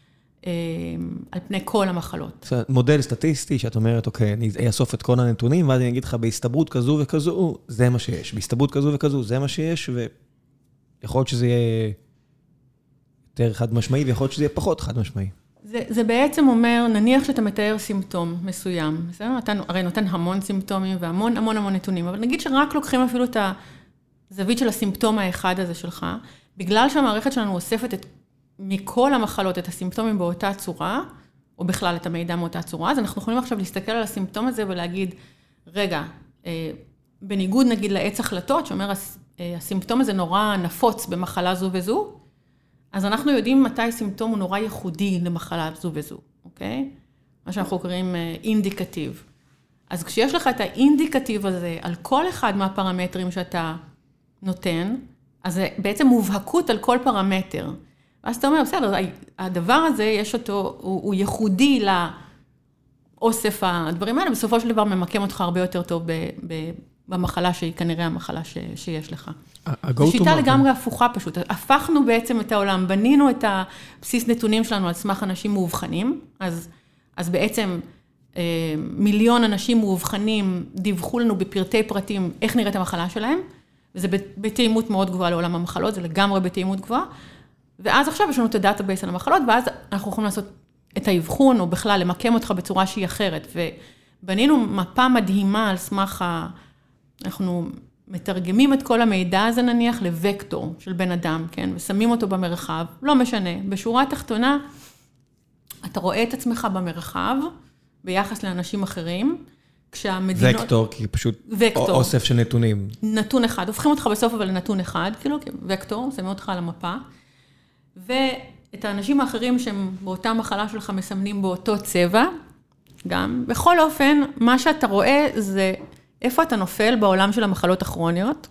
על פני כל המחלות. מודל סטטיסטי שאת אומרת, אוקיי, אני אאסוף את כל הנתונים, ואז אני אגיד לך, בהסתברות כזו וכזו, זה מה שיש. בהסתברות כזו וכזו, זה מה שיש, ויכול להיות שזה יהיה יותר חד משמעי, ויכול להיות שזה יהיה פחות חד משמעי. זה, זה בעצם אומר, נניח שאתה מתאר סימפטום מסוים, בסדר? אתה הרי נותן המון סימפטומים והמון המון המון נתונים, אבל נגיד שרק לוקחים אפילו את הזווית של הסימפטום האחד הזה שלך, בגלל שהמערכת שלנו אוספת את, מכל המחלות את הסימפטומים באותה צורה, או בכלל את המידע מאותה צורה, אז אנחנו יכולים עכשיו להסתכל על הסימפטום הזה ולהגיד, רגע, בניגוד נגיד לעץ החלטות, שאומר, הסימפטום הזה נורא נפוץ במחלה זו וזו, אז אנחנו יודעים מתי סימפטום הוא נורא ייחודי למחלה זו וזו, אוקיי? מה שאנחנו קוראים אינדיקטיב. אז כשיש לך את האינדיקטיב הזה על כל אחד מהפרמטרים שאתה נותן, אז זה בעצם מובהקות על כל פרמטר. ואז אתה אומר, בסדר, הדבר הזה יש אותו, הוא, הוא ייחודי לאוסף הדברים האלה, בסופו של דבר ממקם אותך הרבה יותר טוב ב, ב, במחלה שהיא כנראה המחלה ש, שיש לך. זו שיטה לגמרי הפוכה פשוט. הפכנו בעצם את העולם, בנינו את הבסיס נתונים שלנו על סמך אנשים מאובחנים, אז, אז בעצם מיליון אנשים מאובחנים דיווחו לנו בפרטי פרטים איך נראית המחלה שלהם, וזה בתאימות מאוד גבוהה לעולם המחלות, זה לגמרי בתאימות גבוהה, ואז עכשיו יש לנו את הדאטאבייס על המחלות, ואז אנחנו יכולים לעשות את האבחון, או בכלל למקם אותך בצורה שהיא אחרת, ובנינו מפה מדהימה על סמך ה... אנחנו מתרגמים את כל המידע הזה נניח לווקטור של בן אדם, כן? ושמים אותו במרחב, לא משנה. בשורה התחתונה, אתה רואה את עצמך במרחב, ביחס לאנשים אחרים, כשהמדינות... וקטור, כי פשוט וקטור. אוסף של נתונים. נתון אחד, הופכים אותך בסוף אבל לנתון אחד, כאילו, וקטור, שמים אותך על המפה, ואת האנשים האחרים שהם באותה מחלה שלך מסמנים באותו צבע, גם. בכל אופן, מה שאתה רואה זה... איפה אתה נופל בעולם של המחלות הכרוניות,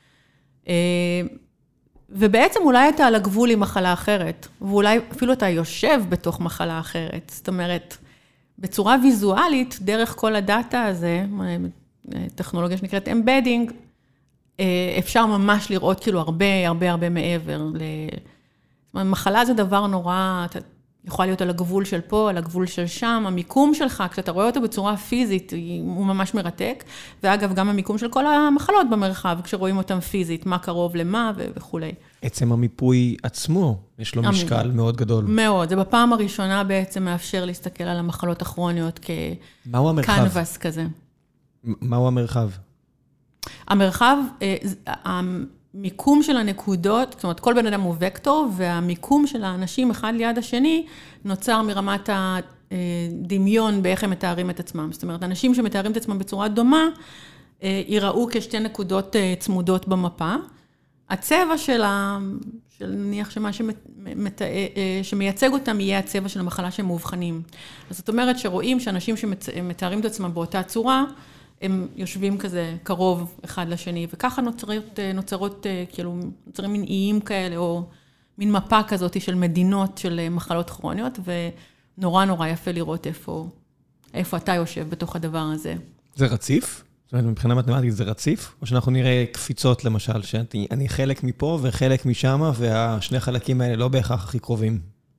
ובעצם אולי אתה על הגבול עם מחלה אחרת, ואולי אפילו אתה יושב בתוך מחלה אחרת. זאת אומרת, בצורה ויזואלית, דרך כל הדאטה הזה, טכנולוגיה שנקראת אמבדינג, אפשר ממש לראות כאילו הרבה, הרבה, הרבה מעבר. זאת אומרת, מחלה זה דבר נורא, אתה יכול להיות על הגבול של פה, על הגבול של שם, המיקום שלך, כשאתה רואה אותו בצורה פיזית, הוא ממש מרתק, ואגב, גם המיקום של כל המחלות במרחב, כשרואים אותם פיזית, מה קרוב למה וכו'. עצם המיפוי עצמו, יש לו משקל מאוד גדול. מאוד, זה בפעם הראשונה בעצם מאפשר להסתכל על המחלות הכרוניות כקנבס כזה. מהו המרחב? המרחב, המיקום של הנקודות, זאת אומרת, כל בן אדם הוא וקטור, והמיקום של האנשים אחד ליד השני נוצר מרמת הדמיון באיך הם מתארים את עצמם. זאת אומרת, אנשים שמתארים את עצמם בצורה דומה, ייראו כשתי נקודות צמודות במפה. הצבע של, ה... של נניח שמה שמת... שמייצג אותם יהיה הצבע של המחלה שהם מאובחנים. אז זאת אומרת שרואים שאנשים שמתארים את עצמם באותה צורה, הם יושבים כזה קרוב אחד לשני, וככה נוצרות, נוצרות כאילו, נוצרים מין איים כאלה, או מין מפה כזאת של מדינות של מחלות כרוניות, ונורא נורא יפה לראות איפה, איפה אתה יושב בתוך הדבר הזה. זה רציף? זאת אומרת, מבחינה מתמטית זה רציף? או שאנחנו נראה קפיצות למשל, שאני חלק מפה וחלק משם, והשני חלקים האלה לא בהכרח הכי קרובים?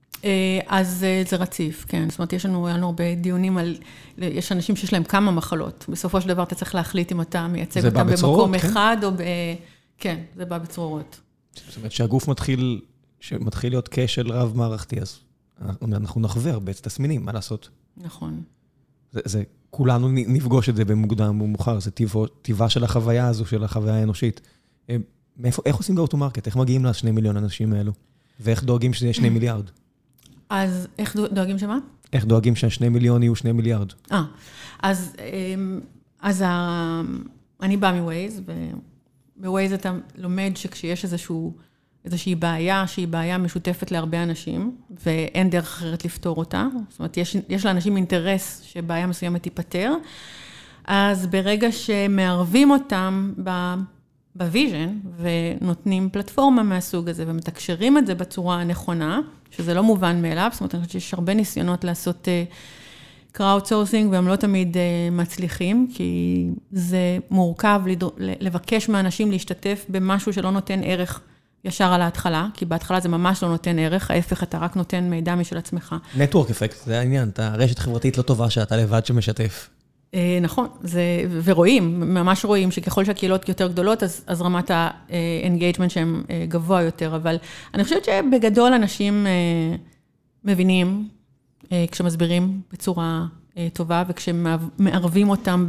אז זה רציף, כן. זאת אומרת, יש לנו, לנו הרבה דיונים על, יש אנשים שיש להם כמה מחלות. בסופו של דבר אתה צריך להחליט אם אתה מייצג אותם במקום אחד, או ב... כן, זה בא בצרורות. זאת אומרת, שהגוף מתחיל, שמתחיל להיות כשל רב מערכתי, אז אנחנו נחווה הרבה תסמינים, מה לעשות? נכון. זה, זה, כולנו נפגוש את זה במוקדם ומאוחר, זה טבעה של החוויה הזו, של החוויה האנושית. מאיפה, איך עושים go to market? איך מגיעים לשני מיליון אנשים האלו? ואיך דואגים שזה יהיה שני מיליארד? אז איך דואגים שמה? איך דואגים שהשני מיליון יהיו שני מיליארד? אה, אז, אז ה... אני באה מווייז, ובווייז אתה לומד שכשיש איזשהו, איזושהי בעיה, שהיא בעיה משותפת להרבה אנשים, ואין דרך אחרת לפתור אותה. זאת אומרת, יש, יש לאנשים אינטרס שבעיה מסוימת תיפטר, אז ברגע שמערבים אותם ב... בוויז'ן, ונותנים פלטפורמה מהסוג הזה, ומתקשרים את זה בצורה הנכונה, שזה לא מובן מאליו, זאת אומרת, אני חושבת שיש הרבה ניסיונות לעשות crowd sourcing, והם לא תמיד מצליחים, כי זה מורכב לבקש מאנשים להשתתף במשהו שלא נותן ערך ישר על ההתחלה, כי בהתחלה זה ממש לא נותן ערך, ההפך, אתה רק נותן מידע משל עצמך. Network effect, זה העניין, אתה רשת חברתית לא טובה שאתה לבד שמשתף. נכון, זה, ורואים, ממש רואים שככל שהקהילות יותר גדולות, אז, אז רמת ה-engagement שהם גבוה יותר, אבל אני חושבת שבגדול אנשים מבינים, כשמסבירים בצורה טובה, וכשמערבים אותם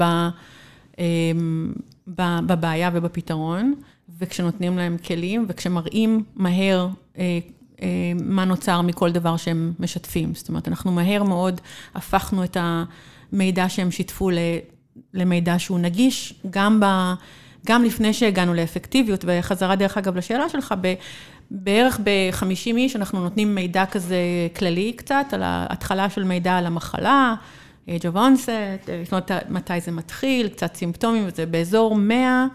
בבעיה ובפתרון, וכשנותנים להם כלים, וכשמראים מהר מה נוצר מכל דבר שהם משתפים. זאת אומרת, אנחנו מהר מאוד הפכנו את ה... מידע שהם שיתפו למידע שהוא נגיש, גם, ב, גם לפני שהגענו לאפקטיביות, וחזרה דרך אגב לשאלה שלך, בערך ב-חמישים איש אנחנו נותנים מידע כזה כללי קצת, על ההתחלה של מידע על המחלה, age of onset, זאת אומרת, מתי זה מתחיל, קצת סימפטומים, וזה באזור מאה,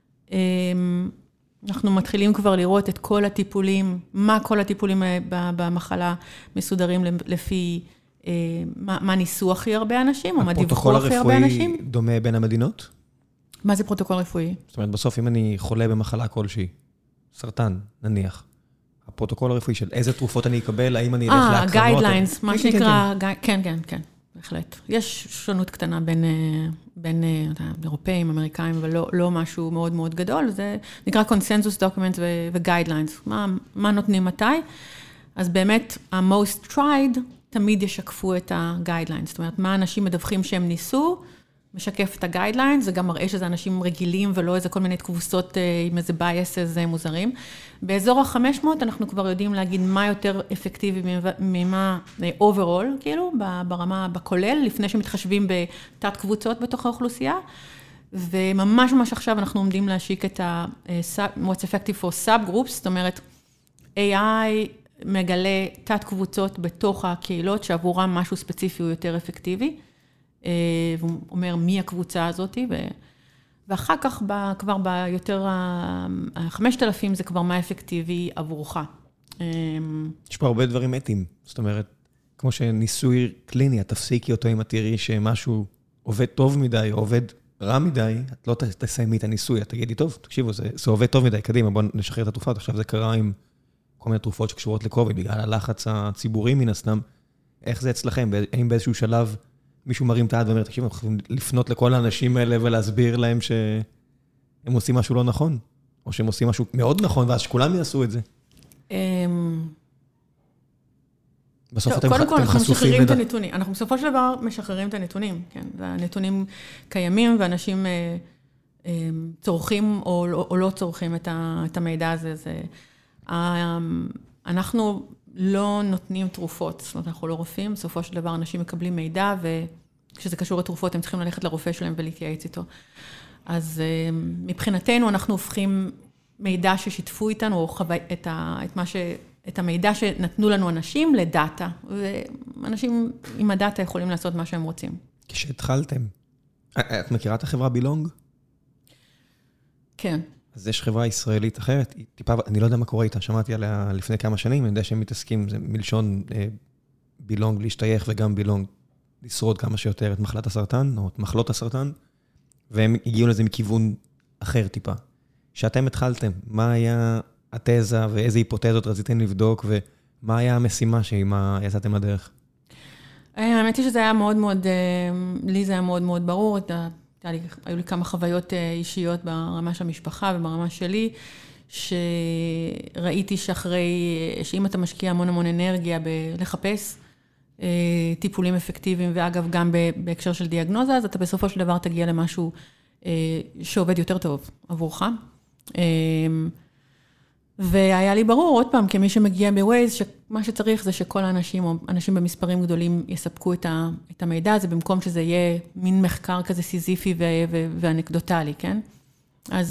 אנחנו מתחילים כבר לראות את כל הטיפולים, מה כל הטיפולים במחלה מסודרים לפי... מה, מה ניסו הכי הרבה אנשים, או מה דיווחו הכי הרבה אנשים? הפרוטוקול הרפואי דומה בין המדינות? מה זה פרוטוקול רפואי? זאת אומרת, בסוף אם אני חולה במחלה כלשהי, סרטן, נניח, הפרוטוקול הרפואי של איזה תרופות אני אקבל, האם אני אלך להקרנות? אה, גיידליינס, מה שנקרא, כן, כן, כן, בהחלט. יש שונות קטנה בין, בין אירופאים, אמריקאים, אבל לא, לא משהו מאוד מאוד גדול, זה נקרא קונסנזוס דוקומנט וגיידליינס, מה, מה נותנים מתי? אז באמת, ה-most tried, תמיד ישקפו את ה-guidelines, זאת אומרת, מה אנשים מדווחים שהם ניסו, משקף את ה-guidelines, זה גם מראה שזה אנשים רגילים, ולא איזה כל מיני תקבוצות עם איזה biases מוזרים. באזור ה-חמש מאות אנחנו כבר יודעים להגיד מה יותר אפקטיבי ממה overall, כאילו, ברמה, בכולל, לפני שמתחשבים בתת קבוצות בתוך האוכלוסייה, וממש ממש עכשיו אנחנו עומדים להשיק את ה-what's effective for subgroups, זאת אומרת, איי איי, מגלה תת קבוצות בתוך הקהילות, שעבורם משהו ספציפי הוא יותר אפקטיבי, והוא אומר מי הקבוצה הזאת, ואחר כך כבר ביותר ה-חמשת אלפים זה כבר מה אפקטיבי עבורך. יש פה הרבה דברים אתיים, זאת אומרת, כמו שניסוי קליני, תפסיקי אותו אם את תראי שמשהו עובד טוב מדי, או עובד רע מדי, את לא תסיימי את הניסוי, את תגידי, טוב, תקשיבו, זה, זה עובד טוב מדי, קדימה, בואו נשחרר את התרופות. עכשיו זה קרה עם כל מיני תרופות שקשורות לקוביד, בגלל הלחץ הציבורי מן הסתם. איך זה אצלכם? האם באיזשהו שלב מישהו מרים את היד ואומר, תקשיבו, אנחנו יכולים לפנות לכל האנשים האלה ולהסביר להם שהם עושים משהו לא נכון? או שהם עושים משהו מאוד נכון, ואז שכולם יעשו את זה? בסוף אתם קודם כל, אנחנו משחררים את לדע... הנתונים. אנחנו בסופו של דבר משחררים את הנתונים, כן? והנתונים קיימים, ואנשים אה, אה, צורכים או, או, או לא צורכים את, ה, את המידע הזה. זה, אה, אנחנו לא נותנים תרופות, זאת אומרת, אנחנו לא רופאים. בסופו של דבר, אנשים מקבלים מידע, וכשזה קשור לתרופות, הם צריכים ללכת לרופא שלהם ולהתייעץ איתו. אז אה, מבחינתנו, אנחנו הופכים מידע ששיתפו איתנו, או חווי, את, ה, את מה ש... את המידע שנתנו לנו אנשים לדאטה, ואנשים עם הדאטה יכולים לעשות מה שהם רוצים. כשהתחלתם, את מכירה את החברה בילונג? כן. אז יש חברה ישראלית אחרת, טיפה, אני לא יודע מה קורה איתה, שמעתי עליה לפני כמה שנים, אני יודע שהם מתעסקים, זה מלשון אה, בילונג להשתייך, וגם בילונג לשרוד כמה שיותר את מחלת הסרטן, או את מחלות הסרטן, והם הגיעו לזה מכיוון אחר טיפה. שאתם התחלתם, מה היה... התזה ואיזה היפותזות רציתם לבדוק, ומה היה המשימה שעימה יצאתם לדרך? האמת היא שזה היה מאוד מאוד, לי זה היה מאוד מאוד ברור, היו לי כמה חוויות אישיות ברמה של המשפחה וברמה שלי, שראיתי שאחרי, שאם אתה משקיע המון המון אנרגיה בלחפש טיפולים אפקטיביים, ואגב גם בהקשר של דיאגנוזה, אז אתה בסופו של דבר תגיע למשהו שעובד יותר טוב עבורך. והיה לי ברור, עוד פעם, כמי שמגיע בווייז, שמה שצריך זה שכל האנשים, או אנשים במספרים גדולים, יספקו את, ה, את המידע הזה, במקום שזה יהיה מין מחקר כזה סיזיפי ו, ו, ואנקדוטלי, כן? אז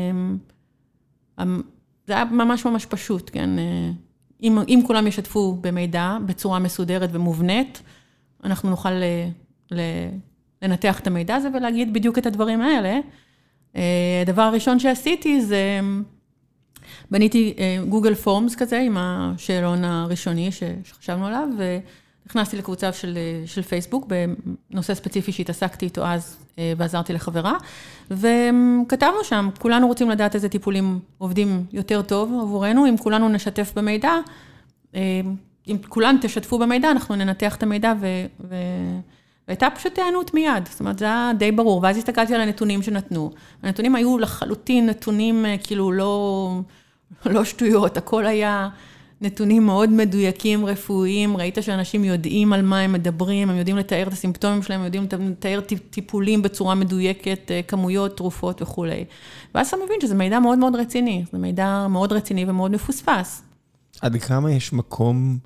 זה היה ממש ממש פשוט, כן? אם, אם כולם ישתפו במידע, בצורה מסודרת ומובנית, אנחנו נוכל ל, ל, לנתח את המידע הזה, ולהגיד בדיוק את הדברים האלה. הדבר הראשון שעשיתי זה... בניתי גוגל פורמס כזה, עם השאלון הראשוני שחשבנו עליו, ונכנסתי לקבוצה של, של פייסבוק, בנושא ספציפי שהתעסקתי איתו אז, ועזרתי לחברה, וכתבנו שם, כולנו רוצים לדעת איזה טיפולים עובדים יותר טוב עבורנו, אם כולנו נשתף במידע, אם כולן תשתפו במידע, אנחנו ננתח את המידע, ו... ו... והייתה פשוט תענות מיד, זאת אומרת, זה היה די ברור, ואז הסתכלתי על הנתונים שנתנו. הנתונים היו לחלוטין נתונים כאילו לא, לא שטויות, הכל היה נתונים מאוד מדויקים, רפואיים, ראית שאנשים יודעים על מה הם מדברים, הם יודעים לתאר את הסימפטומים שלהם, הם יודעים לתאר טיפולים בצורה מדויקת, כמויות, תרופות וכו'. ואז אתה מבין שזה מידע מאוד מאוד רציני, זה מידע מאוד רציני ומאוד מפוספס. עד כמה יש מקום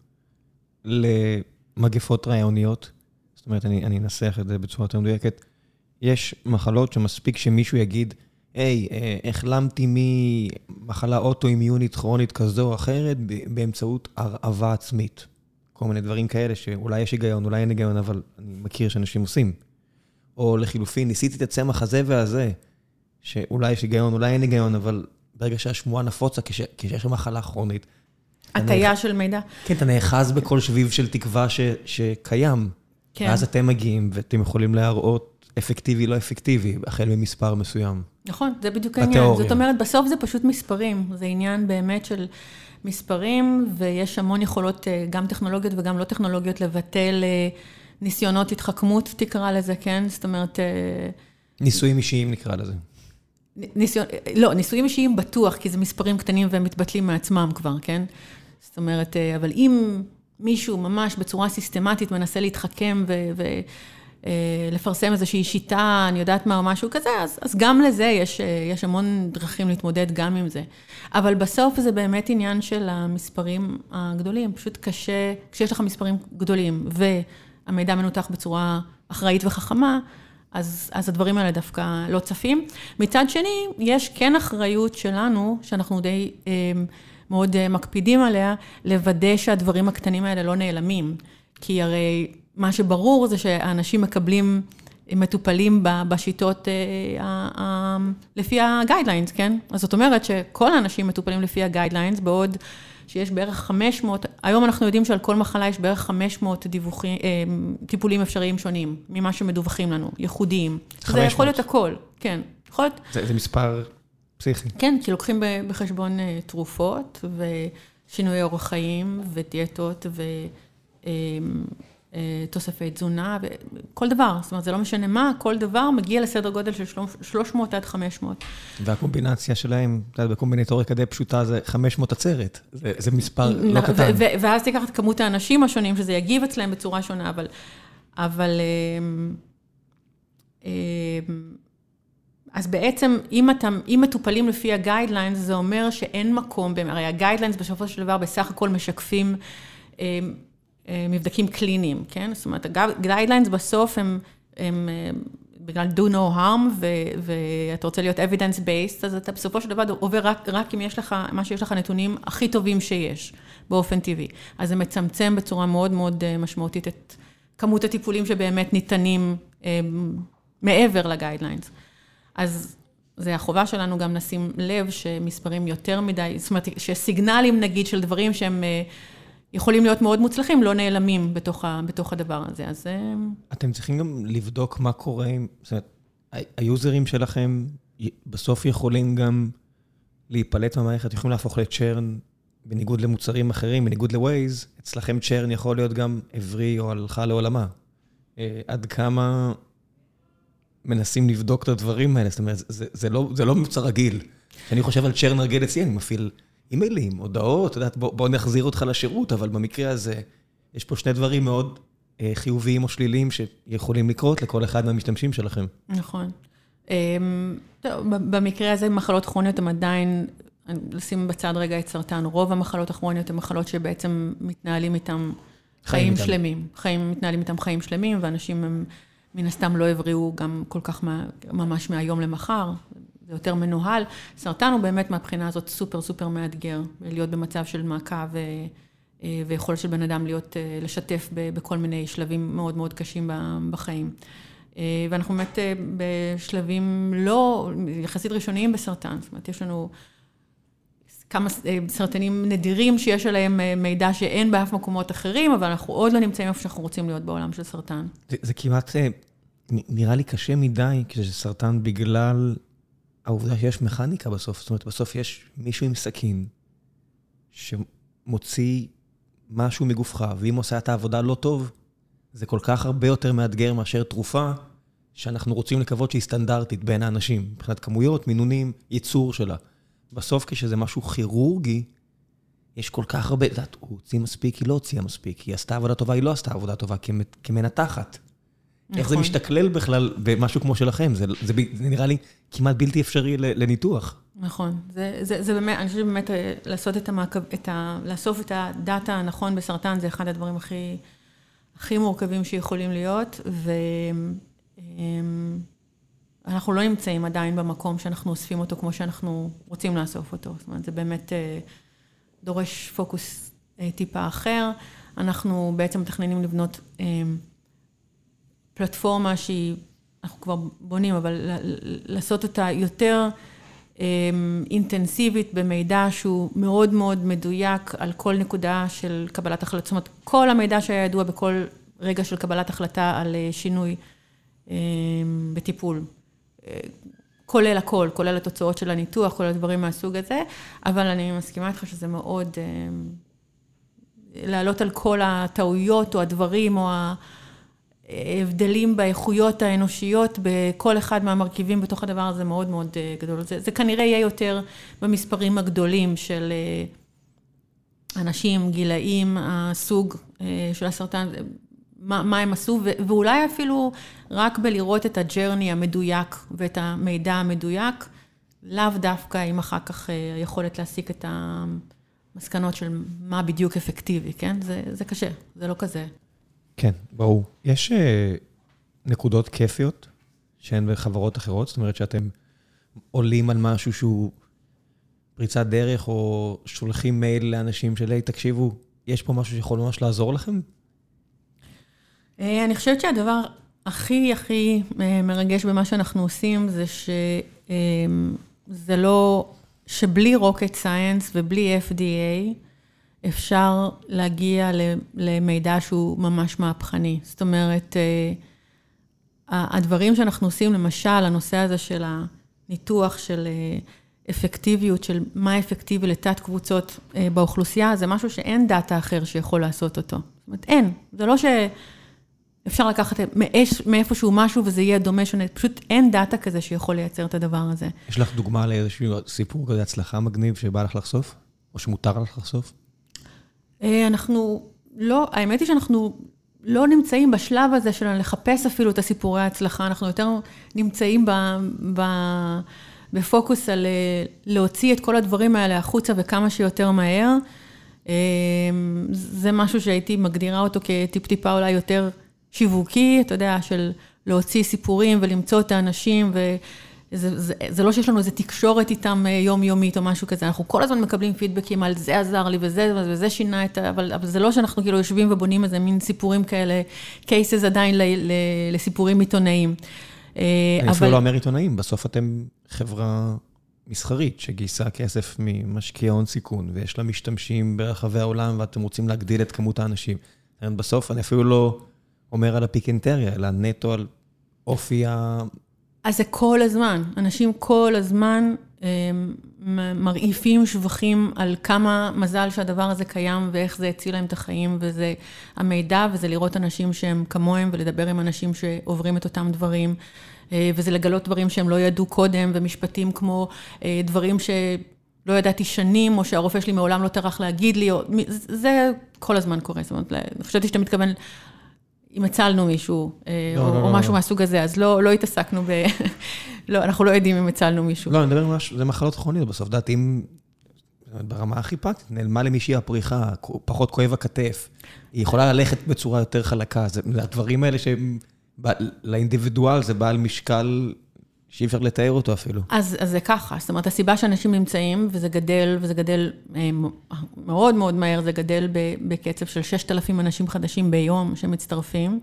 למגפות רעיוניות? זאת אומרת, אני, אני אנסח את זה בצורה יותר מדויקת. יש מחלות שמספיק שמישהו יגיד, היי, החלמתי ממחלה אוטואימיונית כרונית כזו או אחרת, באמצעות הרעבה עצמית. כל מיני דברים כאלה שאולי יש היגיון, אולי אין היגיון, אבל אני מכיר שאנשים עושים. או לחילופין, ניסיתי את הצמח הזה והזה, שאולי יש היגיון, אולי אין היגיון, אבל ברגע שהשמועה נפוצה, כש, כשיש מחלה כרונית. הטיה של מידע. כן, אתה נאחז בכל שביב של תקווה ש, שקיים. כן. ואז אתם מגיעים, ואתם יכולים להראות אפקטיבי, לא אפקטיבי, החל במספר מסוים. נכון, זה בדיוק העניין. זאת אומרת, בסוף זה פשוט מספרים. זה עניין באמת של מספרים, ויש המון יכולות, גם טכנולוגיות וגם לא טכנולוגיות, לבטל ניסיונות התחכמות, תקרא לזה, כן? זאת אומרת... ניסויים אישיים נקרא לזה. ניסיון, לא, ניסויים אישיים בטוח, כי זה מספרים קטנים והם מתבטלים מעצמם כבר, כן? זאת אומרת, אבל אם... מישהו ממש בצורה סיסטמטית מנסה להתחכם ולפרסם איזושהי שיטה, אני יודעת מה או משהו כזה, אז, אז גם לזה יש, יש המון דרכים להתמודד גם עם זה. אבל בסוף זה באמת עניין של המספרים הגדולים. פשוט קשה, כשיש לך מספרים גדולים והמידע מנותח בצורה אחראית וחכמה, אז, אז הדברים האלה דווקא לא צפים. מצד שני, יש כן אחריות שלנו, שאנחנו די... מאוד מקפידים עליה, לוודא שהדברים הקטנים האלה לא נעלמים. כי הרי מה שברור זה שהאנשים מקבלים, מטופלים בשיטות לפי הגיידליינס, כן? אז זאת אומרת שכל האנשים מטופלים לפי הגיידליינס, בעוד שיש בערך חמש מאות, היום אנחנו יודעים שעל כל מחלה יש בערך חמש מאות דיווחים, טיפולים אפשריים שונים, ממה שמדווחים לנו, ייחודיים. חמש מאות. זה יכול להיות הכל, כן. יכול להיות... זה, זה מספר פסיכי. כן, כי לוקחים בחשבון תרופות, ושינוי אורח חיים, ודיאטות, ותוספי תזונה, וכל דבר. זאת אומרת, זה לא משנה מה, כל דבר מגיע לסדר גודל של שלוש מאות עד חמש מאות. והקומבינציה שלהם, בקומבינטוריה כדי פשוטה, זה חמש מאות עצרת. זה, זה מספר לא קטן. ואז תיקח את כמות האנשים השונים, שזה יגיב אצלם בצורה שונה, אבל... אבל אז בעצם, אם, אתה, אם מטופלים לפי הגיידליינס, זה אומר שאין מקום, הרי הגיידליינס בסופו של דבר בסך הכל משקפים אה, אה, מבדקים קליניים, כן? זאת אומרת, הגיידליינס בסוף הם, הם בגלל do no harm, ו, ואתה רוצה להיות evidence based, אז אתה בסופו של דבר עובר רק, רק אם יש לך, מה שיש לך נתונים הכי טובים שיש, באופן טבעי. אז זה מצמצם בצורה מאוד מאוד משמעותית את כמות הטיפולים שבאמת ניתנים אה, מעבר לגיידליינס. אז זה החובה שלנו גם לשים לב שמספרים יותר מדי, זאת אומרת, שסיגנלים נגיד של דברים שהם יכולים להיות מאוד מוצלחים, לא נעלמים בתוך, ה, בתוך הדבר הזה. אז... אתם צריכים גם לבדוק מה קורה, זאת אומרת, היוזרים שלכם בסוף יכולים גם להיפלט מהמערכת, יכולים להפוך לצ'רן, בניגוד למוצרים אחרים, בניגוד לווייז, אצלכם צ'רן יכול להיות גם עברי או הלכה לעולמה. עד כמה... מנסים לבדוק את הדברים האלה, זאת אומרת, זה, זה לא, זה לא מוצר רגיל. כשאני חושב על צ'רן רגיל אצלי, אני מפעיל אימיילים, הודעות, יודעת, בוא, בוא נחזיר אותך לשירות, אבל במקרה הזה, יש פה שני דברים מאוד אה, חיוביים או שליליים שיכולים לקרות לכל אחד מהמשתמשים שלכם. נכון. אה, טוב, במקרה הזה, מחלות כרוניות הם עדיין, לשים בצד רגע את סרטן, רוב המחלות הכרוניות הן מחלות שבעצם מתנהלים איתם חיים, חיים שלמים. חיים, מתנהלים איתם חיים שלמים, ואנשים הם... מן הסתם לא הבריאו גם כל כך ממש מהיום למחר, זה יותר מנוהל. סרטן הוא באמת מהבחינה הזאת סופר סופר מאתגר, להיות במצב של מעקב ויכולת של בן אדם להיות, לשתף בכל מיני שלבים מאוד מאוד קשים בחיים. ואנחנו באמת בשלבים לא, יחסית ראשוניים בסרטן, זאת אומרת, יש לנו כמה סרטנים נדירים שיש עליהם מידע שאין באף מקומות אחרים, אבל אנחנו עוד לא נמצאים איפה שאנחנו רוצים להיות בעולם של סרטן. זה, זה כמעט, נראה לי קשה מדי, כשזה סרטן בגלל העובדה שיש מכניקה בסוף. זאת אומרת, בסוף יש מישהו עם סכין, שמוציא משהו מגופך, ואם עושה את העבודה לא טוב, זה כל כך הרבה יותר מאתגר מאשר תרופה, שאנחנו רוצים לקוות שהיא סטנדרטית בין האנשים, מבחינת כמויות, מינונים, ייצור שלה. בסוף כשזה משהו כירורגי, יש כל כך הרבה, זאת, הוא הוציא מספיק, היא לא הוציאה מספיק, היא עשתה עבודה טובה, היא לא עשתה עבודה טובה, כמנתחת. נכון. איך זה משתכלל בכלל במשהו כמו שלכם? זה, זה, זה נראה לי כמעט בלתי אפשרי לניתוח. נכון. זה, זה, זה באמת, אני חושבת באמת לעשות את המעקב, את ה, לאסוף את הדאטה הנכון בסרטן, זה אחד הדברים הכי, הכי מורכבים שיכולים להיות, ו... אנחנו לא נמצאים עדיין במקום שאנחנו אוספים אותו כמו שאנחנו רוצים לאסוף אותו. זאת אומרת, זה באמת דורש פוקוס טיפה אחר. אנחנו בעצם מתכננים לבנות פלטפורמה שהיא, אנחנו כבר בונים, אבל לעשות אותה יותר אינטנסיבית במידע שהוא מאוד מאוד מדויק על כל נקודה של קבלת החלטה. זאת אומרת, כל המידע שהיה ידוע בכל רגע של קבלת החלטה על שינוי בטיפול. כולל הכל, כולל התוצאות של הניתוח, כולל הדברים מהסוג הזה, אבל אני מסכימה איתך שזה מאוד לעלות על כל הטעויות או הדברים או ההבדלים באיכויות האנושיות בכל אחד מהמרכיבים בתוך הדבר הזה מאוד מאוד גדול. זה, זה כנראה יהיה יותר במספרים הגדולים של אנשים, גילאים, הסוג של הסרטן, מה, מה הם עשו, ואולי אפילו רק בלראות את הג'רני המדויק ואת המידע המדויק, לאו דווקא עם אחר כך היכולת להסיק את המסקנות של מה בדיוק אפקטיבי, כן? זה, זה קשה, זה לא כזה. כן, ברור. יש נקודות כיפיות שהן בחברות אחרות, זאת אומרת שאתם עולים על משהו שהוא פריצת דרך, או שולחים מייל לאנשים שלי, תקשיבו, יש פה משהו שיכול ממש לעזור לכם? אני חושבת שהדבר הכי הכי מרגש במה שאנחנו עושים, זה שזה לא, שבלי rocket science ובלי F D A, אפשר להגיע למידע שהוא ממש מהפכני. זאת אומרת, הדברים שאנחנו עושים, למשל, הנושא הזה של הניתוח של אפקטיביות, של מה אפקטיבי לתת קבוצות באוכלוסייה, זה משהו שאין דאטה אחר שיכול לעשות אותו. זאת אומרת, אין. זה לא שאפשר לקחת מאיפשהו משהו וזה יהיה דומה שונה, פשוט אין דאטה כזה שיכול לייצר את הדבר הזה. יש לך דוגמה לאיזשהו סיפור כזה הצלחה מגניב שבא לך לחשוף? או שמותר לך לחשוף? אנחנו לא, האמת היא שאנחנו לא נמצאים בשלב הזה של לחפש אפילו את הסיפורי ההצלחה, אנחנו יותר נמצאים ב, ב, בפוקוס על להוציא את כל הדברים האלה החוצה וכמה שיותר מהר. זה משהו שהייתי מגדירה אותו כטיפ-טיפה אולי יותר שיווקי, אתה יודע, של להוציא סיפורים ולמצוא את האנשים, וזה זה, זה לא שיש לנו איזו תקשורת איתם יומיומית או משהו כזה, אנחנו כל הזמן מקבלים פידבקים על זה עזר לי וזה, וזה שינה את ה... אבל, אבל זה לא שאנחנו כאילו יושבים ובונים איזה מין סיפורים כאלה, קייסס עדיין ל, ל, לסיפורים עיתונאיים. אני אפילו לא אומר עיתונאים, בסוף אתם חברה מסחרית שגייסה כסף ממשקיעי הון סיכון, ויש לה משתמשים ברחבי העולם, ואתם רוצים להגדיל את כמות האנשים. בסוף אני אפילו לא אומר על הפיקנטריה, אלא נטו על אופי ה... אז זה כל הזמן. אנשים כל הזמן מרעיפים שבחים על כמה מזל שהדבר הזה קיים, ואיך זה הציל להם את החיים, וזה המידע, וזה לראות אנשים שהם כמוהם, ולדבר עם אנשים שעוברים את אותם דברים, וזה לגלות דברים שהם לא ידעו קודם, ומשפטים כמו דברים שלא ידעתי שנים, או שהרופא שלי מעולם לא טרח להגיד לי, או... זה כל הזמן קורה. זאת אומרת, אני חושבתי שאתה מתכוון... אם הצלנו מישהו, לא, או, לא, או לא, משהו לא. מהסוג הזה, אז לא, לא התעסקנו ב... לא, אנחנו לא יודעים אם הצלנו מישהו. לא, אני מדבר ממש, זה מחלות כרוניות, בסוף דעת, אם ברמה הכי פרקטית, נעלמה למישהי הפריחה, פחות כואב הכתף, היא יכולה ללכת בצורה יותר חלקה, זה, זה הדברים האלה שלאינדיבידואל זה בעל משקל שאי אפשר לתאר אותו אפילו. אז, אז זה ככה, זאת אומרת, הסיבה שאנשים נמצאים, וזה גדל, וזה גדל מאוד מאוד מהר, זה גדל בקצב של ששת אלפים אנשים חדשים ביום שמצטרפים,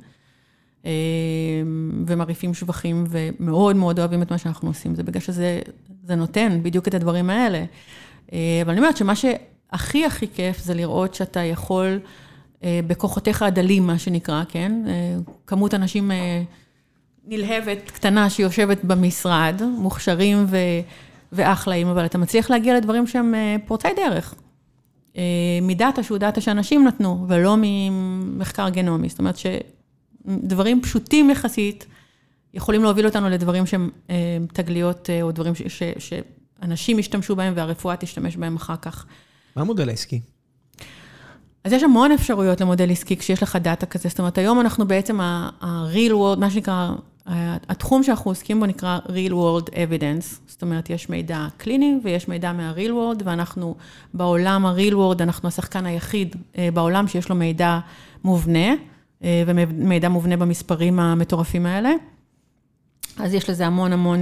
ומריפים שבחים, ומאוד מאוד אוהבים את מה שאנחנו עושים. זה בגלל שזה זה נותן בדיוק את הדברים האלה. אבל אני אומרת שמה שהכי הכי כיף זה לראות שאתה יכול, בכוחותיך הדלים, מה שנקרא, כן? כמות אנשים נלהבת, קטנה, שיושבת במשרד, מוכשרים ו... ואחלאים, אבל אתה מצליח להגיע לדברים שהם פורצי דרך. מדאטה שהוא דאטה שאנשים נתנו, ולא ממחקר גנומי. זאת אומרת שדברים פשוטים יחסית, יכולים להוביל אותנו לדברים שהם תגליות, או דברים ש... ש... שאנשים ישתמשו בהם, והרפואה תשתמש בהם אחר כך. מה המודל העסקי? אז יש המון אפשרויות למודל עסקי, כשיש לך דאטה כזה. זאת אומרת, היום אנחנו בעצם ה-real world, מה שנקרא, התחום שאנחנו עוסקים בו נקרא real world evidence. זאת אומרת, יש מידע קליני ויש מידע מה-real world, ואנחנו בעולם ה-real world, אנחנו השחקן היחיד בעולם שיש לו מידע מובנה, ומידע מובנה במספרים המטורפים האלה. אז יש לזה המון המון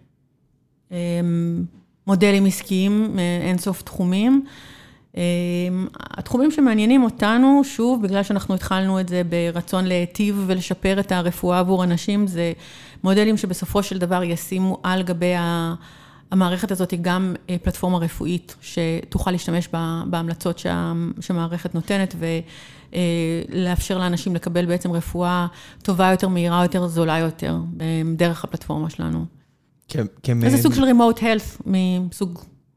מודלים עסקיים, אינסוף תחומים. התחומים שמעניינים אותנו, שוב, בגלל שאנחנו התחלנו את זה ברצון להיטיב ולשפר את הרפואה עבור אנשים, זה מודלים שבסופו של דבר ישימו על גבי המערכת הזאת גם פלטפורמה רפואית, שתוכל להשתמש בהמלצות שהמערכת נותנת, ולאפשר לאנשים לקבל בעצם רפואה טובה יותר, מהירה יותר, זולה יותר, דרך הפלטפורמה שלנו. זה סוג של remote health, מסוג...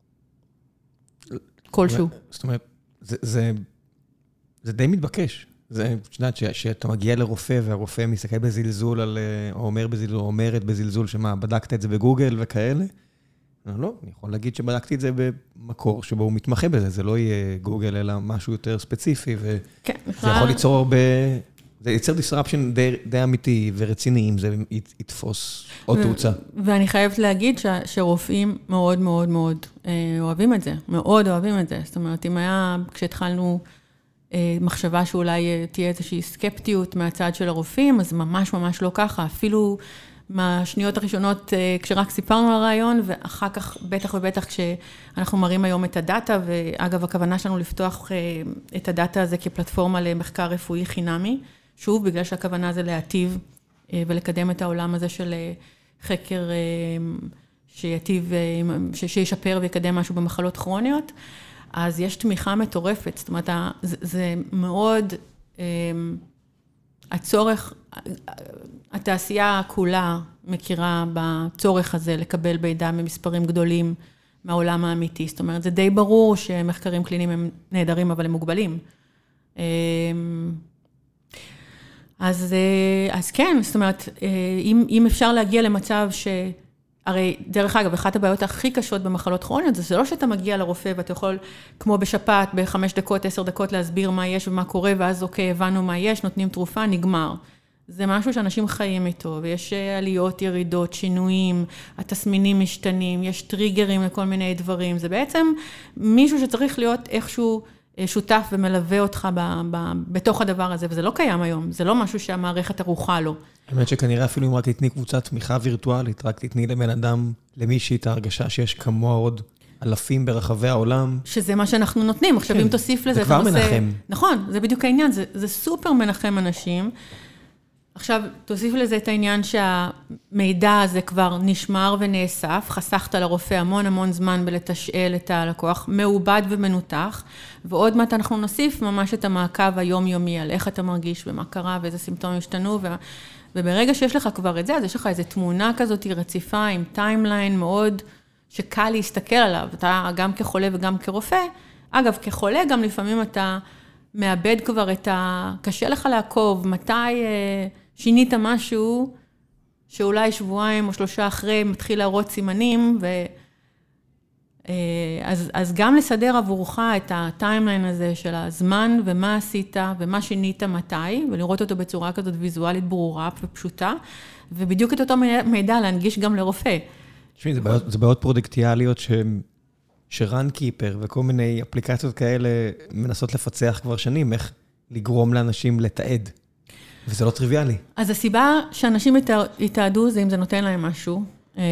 כלשהו. זאת אומרת, זה, זה, זה די מתבקש. זה, שנת, שאתה מגיע לרופא, והרופא מסתכל בזלזול על, או אומר בזלזול, או אומרת בזלזול, שמה, בדקת את זה בגוגל וכאלה? לא, לא, אני יכול להגיד שבדקתי את זה במקור, שבו הוא מתמחה בזה, זה לא יהיה גוגל, אלא משהו יותר ספציפי, וזה כן, יכול ליצור הרבה, זה ייצר disruption די, די אמיתי ורציני, אם זה יתפוס עוד תאוצה. ואני חייבת להגיד ש, שרופאים מאוד מאוד מאוד אוהבים את זה, מאוד אוהבים את זה. זאת אומרת, אם היה, כשהתחלנו מחשבה שאולי תהיה איזושהי סקפטיות מהצד של הרופאים, אז ממש ממש לא ככה. אפילו מהשניות הראשונות, כשרק סיפרנו על הרעיון, ואחר כך, בטח ובטח, כשאנחנו מראים היום את הדאטה, ואגב, הכוונה שלנו לפתוח את הדאטה הזה כפלטפורמה למחקר רפואי חינמי, שוב, בגלל שהכוונה זה להטיב ולקדם את העולם הזה של חקר שיטיב, שישפר ויקדם משהו במחלות כרוניות, אז יש תמיכה מטורפת. זאת אומרת, זה, זה מאוד, הצורך, התעשייה כולה מכירה בצורך הזה לקבל מידע ממספרים גדולים מהעולם האמיתי. זאת אומרת, זה די ברור שמחקרים קליניים הם נהדרים, אבל הם מוגבלים. אז, אז כן, זאת אומרת, אם, אם אפשר להגיע למצב ש... הרי, דרך אגב, אחת הבעיות הכי קשות במחלות כרוניות, זה לא שאתה מגיע לרופא ואתה יכול, כמו בשפעת, בחמש דקות, עשר דקות, להסביר מה יש ומה קורה, ואז אוקיי, הבנו מה יש, נותנים תרופה, נגמר. זה משהו שאנשים חיים איתו, ויש עליות, ירידות, שינויים, התסמינים משתנים, יש טריגרים לכל מיני דברים. זה בעצם מישהו שצריך להיות איכשהו שותף ומלווה אותך ב, ב, בתוך הדבר הזה, וזה לא קיים היום, זה לא משהו שהמערכת ערוכה לו. האמת שכנראה אפילו אם רק תתני קבוצת תמיכה וירטואלית, רק תתני לבן אדם, למישהי את ההרגשה שיש כמוה עוד אלפים ברחבי העולם. שזה מה שאנחנו נותנים, עכשיו אם תוסיף לזה... זה כבר מנחם. נכון, זה בדיוק העניין, זה, זה סופר מנחם אנשים. עכשיו, תוסיף לזה את העניין שהמידע הזה כבר נשמר ונאסף, חסכת לרופא המון המון זמן בלתשאל את הלקוח, מעובד ומנותח, ועוד מעט אנחנו נוסיף ממש את המעקב היומיומי על איך אתה מרגיש ומה קרה ואיזה סימפטומים השתנו, ו... וברגע שיש לך כבר את זה, אז יש לך איזו תמונה כזאת רציפה עם טיימליין מאוד שקל להסתכל עליו, אתה גם כחולה וגם כרופא, אגב, כחולה גם לפעמים אתה מאבד כבר את ה... קשה לך לעקוב, מתי שינית משהו שאולי שבועיים או שלושה אחרי מתחיל להראות סימנים, ו... אז, אז גם לסדר עבורך את הטיימליין הזה של הזמן ומה עשית ומה שינית מתי, ולראות אותו בצורה כזאת ויזואלית ברורה ופשוטה, ובדיוק את אותו מידע להנגיש גם לרופא. תשמעי, זה בעיות, זה בעיות פרודקטיאליות ש... שרן קיפר וכל מיני אפליקציות כאלה מנסות לפצח כבר שנים, איך לגרום לאנשים לתעד. וזה לא טריוויאלי. אז הסיבה שאנשים יתעדו זה אם זה נותן להם משהו.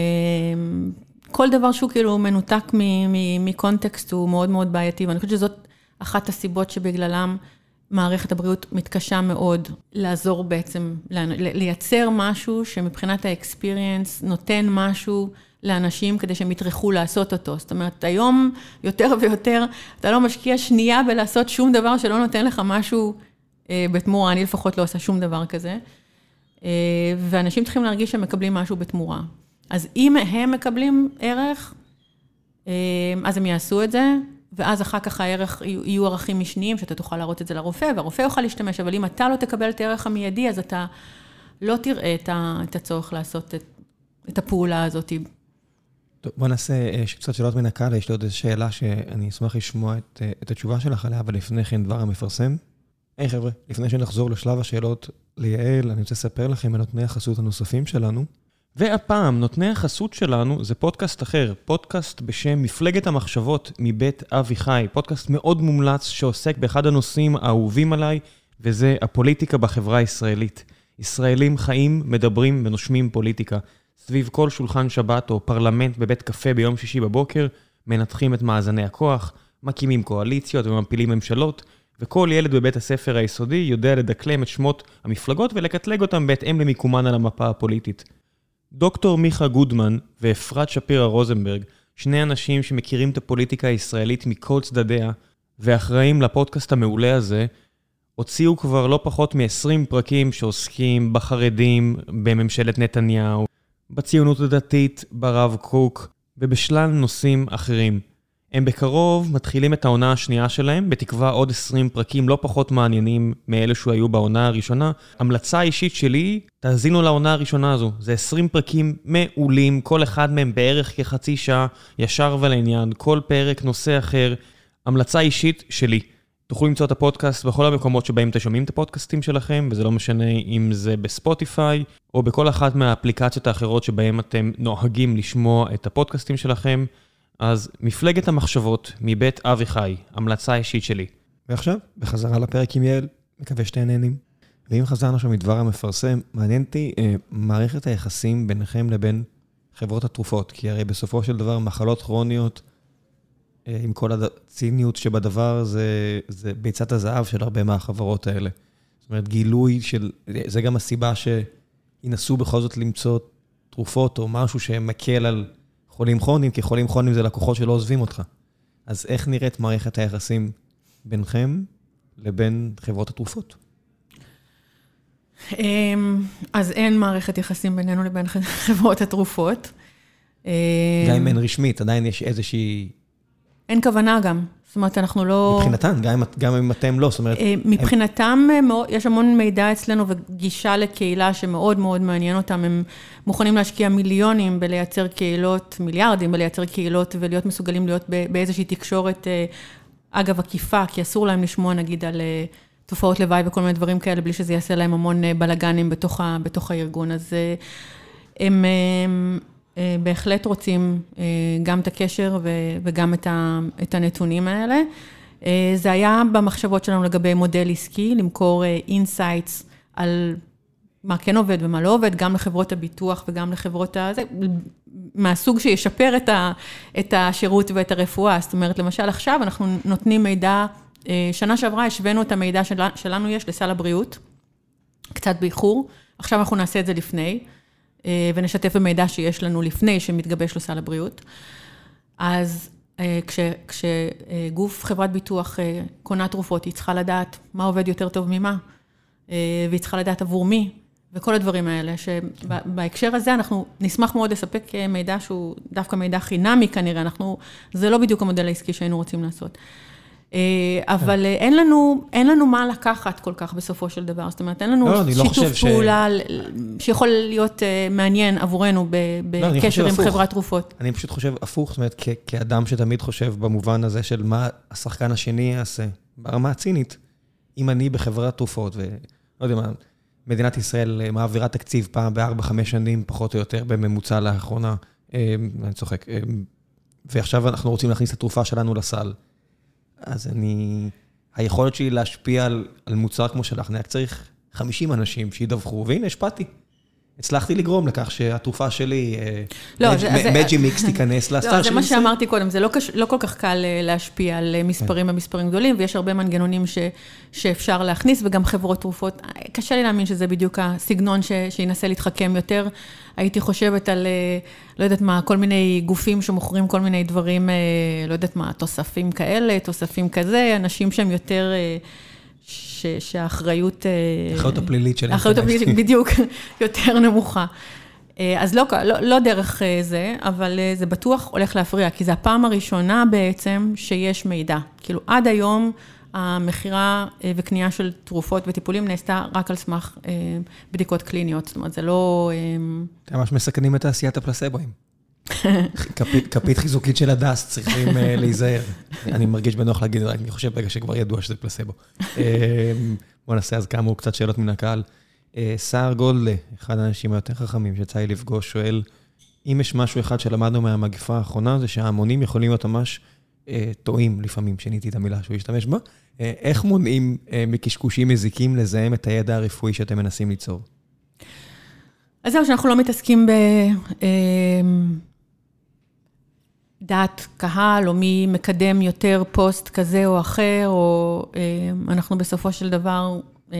כל דבר שהוא כאילו מנותק מקונטקסט הוא מאוד מאוד בעייתי, ואני חושבת שזאת אחת הסיבות שבגללם מערכת הבריאות מתקשה מאוד לעזור בעצם, לייצר משהו שמבחינת האקספיריאנס נותן משהו לאנשים כדי שהם יתרחו לעשות אותו. זאת אומרת, היום יותר ויותר אתה לא משקיע שנייה בלעשות שום דבר שלא נותן לך משהו בתמורה, אני לפחות לא עושה שום דבר כזה, ואנשים צריכים להרגיש שהם מקבלים משהו בתמורה. אז אם הם מקבלים ערך, אז הם יעשו את זה, ואז אחר כך הערך, יהיו ערכים משניים, שאתה תוכל להראות את זה לרופא, והרופא יוכל להשתמש, אבל אם אתה לא תקבל את הערך המיידי, אז אתה לא תראה את הצורך לעשות את, את הפעולה הזאת. טוב, בוא נעשה קצת שאלות מן הקהל, יש לי עוד איזו שאלה שאני אשמח לשמוע את, את התשובה שלך עליה, אבל לפני כן דבר המפרסם. היי חבר'ה, לפני שנחזור לשלב השאלות ליעל, אני רוצה לספר לכם על נותני החסות הנוספים שלנו. והפעם, נותני החסות שלנו זה פודקאסט אחר, פודקאסט בשם מפלגת המחשבות מבית אביחי, פודקאסט מאוד מומלץ שעוסק באחד הנושאים האהובים עליי, וזה הפוליטיקה בחברה הישראלית. ישראלים חיים, מדברים ונושמים פוליטיקה. סביב כל שולחן שבת או פרלמנט בבית קפה ביום שישי בבוקר, מנתחים את מאזני הכוח, מקימים קואליציות ומפילים ממשלות, וכל ילד בבית הספר היסודי יודע לדקלם את שמות המפלגות ולקטלג אותם בהתאם למיקומן על המפה הפוליטית. דוקטור מיכה גודמן ואפרת שפירה רוזנברג, שני אנשים שמכירים את הפוליטיקה הישראלית מכל צדדיה, ואחראים לפודקאסט המעולה הזה, הוציאו כבר לא פחות מ-עשרים פרקים שעוסקים בחרדים, בממשלת נתניהו, בציונות הדתית, ברב קוק, ובשלל נושאים אחרים. הם בקרוב מתחילים את העונה השנייה שלהם, בתקווה עוד עשרים פרקים לא פחות מעניינים מאלה שהיו בעונה הראשונה. המלצה אישית שלי, תאזינו לעונה הראשונה הזו. זה עשרים פרקים מעולים, כל אחד מהם בערך כחצי שעה, ישר ולעניין, כל פרק נושא אחר. המלצה אישית שלי. תוכלו למצוא את הפודקאסט בכל המקומות שבהם אתם שומעים את הפודקאסטים שלכם, וזה לא משנה אם זה בספוטיפיי, או בכל אחת מהאפליקציות האחרות שבהם אתם נוהגים לשמוע את הפודקאסטים שלכם. אז מפלגת המחשבות מבית אביחי, המלצה אישית שלי. ועכשיו, בחזרה לפרק עם יעל, מקווה שתי נהנים. ואם חזרנו שם מדבר המפרסם, מעניין אותי אה, מערכת היחסים ביניכם לבין חברות התרופות, כי הרי בסופו של דבר מחלות כרוניות, אה, עם כל הציניות שבדבר, זה, זה ביצת הזהב של הרבה מהחברות האלה. זאת אומרת, גילוי של, זה גם הסיבה שינסו בכל זאת למצוא תרופות או משהו שמקל על חולים כרוניים, כי חולים כרוניים זה לקוחות שלא עוזבים אותך. אז איך נראית מערכת היחסים ביניכם לבין חברות התרופות? אז אין מערכת יחסים בינינו לבין חברות התרופות. גם אם אין רשמית, עדיין יש איזושהי... אין כוונה גם. זאת אומרת, אנחנו לא... מבחינתן, גם, גם אם אתם לא, זאת אומרת... מבחינתם, הם... יש המון מידע אצלנו וגישה לקהילה שמאוד מאוד מעניין אותם. הם מוכנים להשקיע מיליונים בלייצר קהילות, מיליארדים בלייצר קהילות, ולהיות מסוגלים להיות באיזושהי תקשורת, אגב, עקיפה, כי אסור להם לשמוע, נגיד, על תופעות לוואי וכל מיני דברים כאלה, בלי שזה יעשה להם המון בלגנים בתוך, ה... בתוך הארגון. אז הם... בהחלט רוצים גם את הקשר וגם את הנתונים האלה. זה היה במחשבות שלנו לגבי מודל עסקי, למכור אינסייטס על מה כן עובד ומה לא עובד, גם לחברות הביטוח וגם לחברות הזה, מהסוג שישפר את השירות ואת הרפואה. זאת אומרת, למשל עכשיו אנחנו נותנים מידע, שנה שעברה השווינו את המידע שלנו יש לסל הבריאות, קצת באיחור, עכשיו אנחנו נעשה את זה לפני, ונשתף במידע שיש לנו לפני שמתגבש לסל הבריאות. אז כש, כשגוף חברת ביטוח קונה תרופות, היא צריכה לדעת מה עובד יותר טוב ממה, והיא צריכה לדעת עבור מי, וכל הדברים האלה, שבהקשר הזה אנחנו נשמח מאוד לספק מידע שהוא דווקא מידע חינמי כנראה, אנחנו, זה לא בדיוק המודל העסקי שהיינו רוצים לעשות. אבל אין לנו, אין לנו מה לקחת כל כך בסופו של דבר, זאת אומרת, אין לנו שיתוף פעולה שיכול להיות מעניין עבורנו בקשר עם חברת תרופות. אני פשוט חושב הפוך, זאת אומרת, כאדם שתמיד חושב במובן הזה של מה השחקן השני יעשה, ברמה הצינית, אם אני בחברת תרופות, ולא יודע מה, מדינת ישראל מעבירה תקציב פעם בארבע, חמש שנים, פחות או יותר, בממוצע לאחרונה, אני צוחק, ועכשיו אנחנו רוצים להכניס את התרופה שלנו לסל, אז אני, היכולת שלי להשפיע על, על מוצר כמו שלך, אני רק צריך חמישים אנשים שידווחו, והנה, השפעתי. הצלחתי לגרום לכך שהתרופה שלי, מג'י מיקס תיכנס לסטאר שלי. זה מה שאמרתי קודם, זה לא כל כך קל להשפיע על מספרים במספרים גדולים, ויש הרבה מנגנונים שאפשר להכניס, וגם חברות תרופות. קשה לי להאמין שזה בדיוק הסגנון שינסה להתחכם יותר. הייתי חושבת על, לא יודעת מה, כל מיני גופים שמוכרים כל מיני דברים, לא יודעת מה, תוספים כאלה, תוספים כזה, אנשים שהם יותר... שהאחריות... האחריות הפלילית שלהם. האחריות הפלילית בדיוק יותר נמוכה. אז לא, לא, לא דרך זה, אבל זה בטוח הולך להפריע, כי זה הפעם הראשונה בעצם שיש מידע. כאילו עד היום המחירה וקנייה של תרופות וטיפולים נעשתה רק על סמך בדיקות קליניות. זאת אומרת, זה לא... אתם ממש מסכנים את תעשיית הפלסבואים. כפית חיזוקית של הדס צריכים להיזהר. אני מרגיש בנוח להגיד, אני חושב ברגע שכבר ידוע שזה פלסבו. בוא נעשה אז כאמור קצת שאלות מן הקהל. סער גולדה, אחד האנשים היותר חכמים שיצא לי לפגוש, שואל, אם יש משהו אחד שלמדנו מהמגפה האחרונה, זה שההמונים יכולים להיות ממש טועים לפעמים, שניתי את המילה שהוא ישתמש בה. איך מונעים מקשקושים מזיקים לזהם את הידע הרפואי שאתם מנסים ליצור? אז זהו, שאנחנו לא מתעסקים בדעת קהל, או מי מקדם יותר פוסט כזה או אחר, או אנחנו בסופו של דבר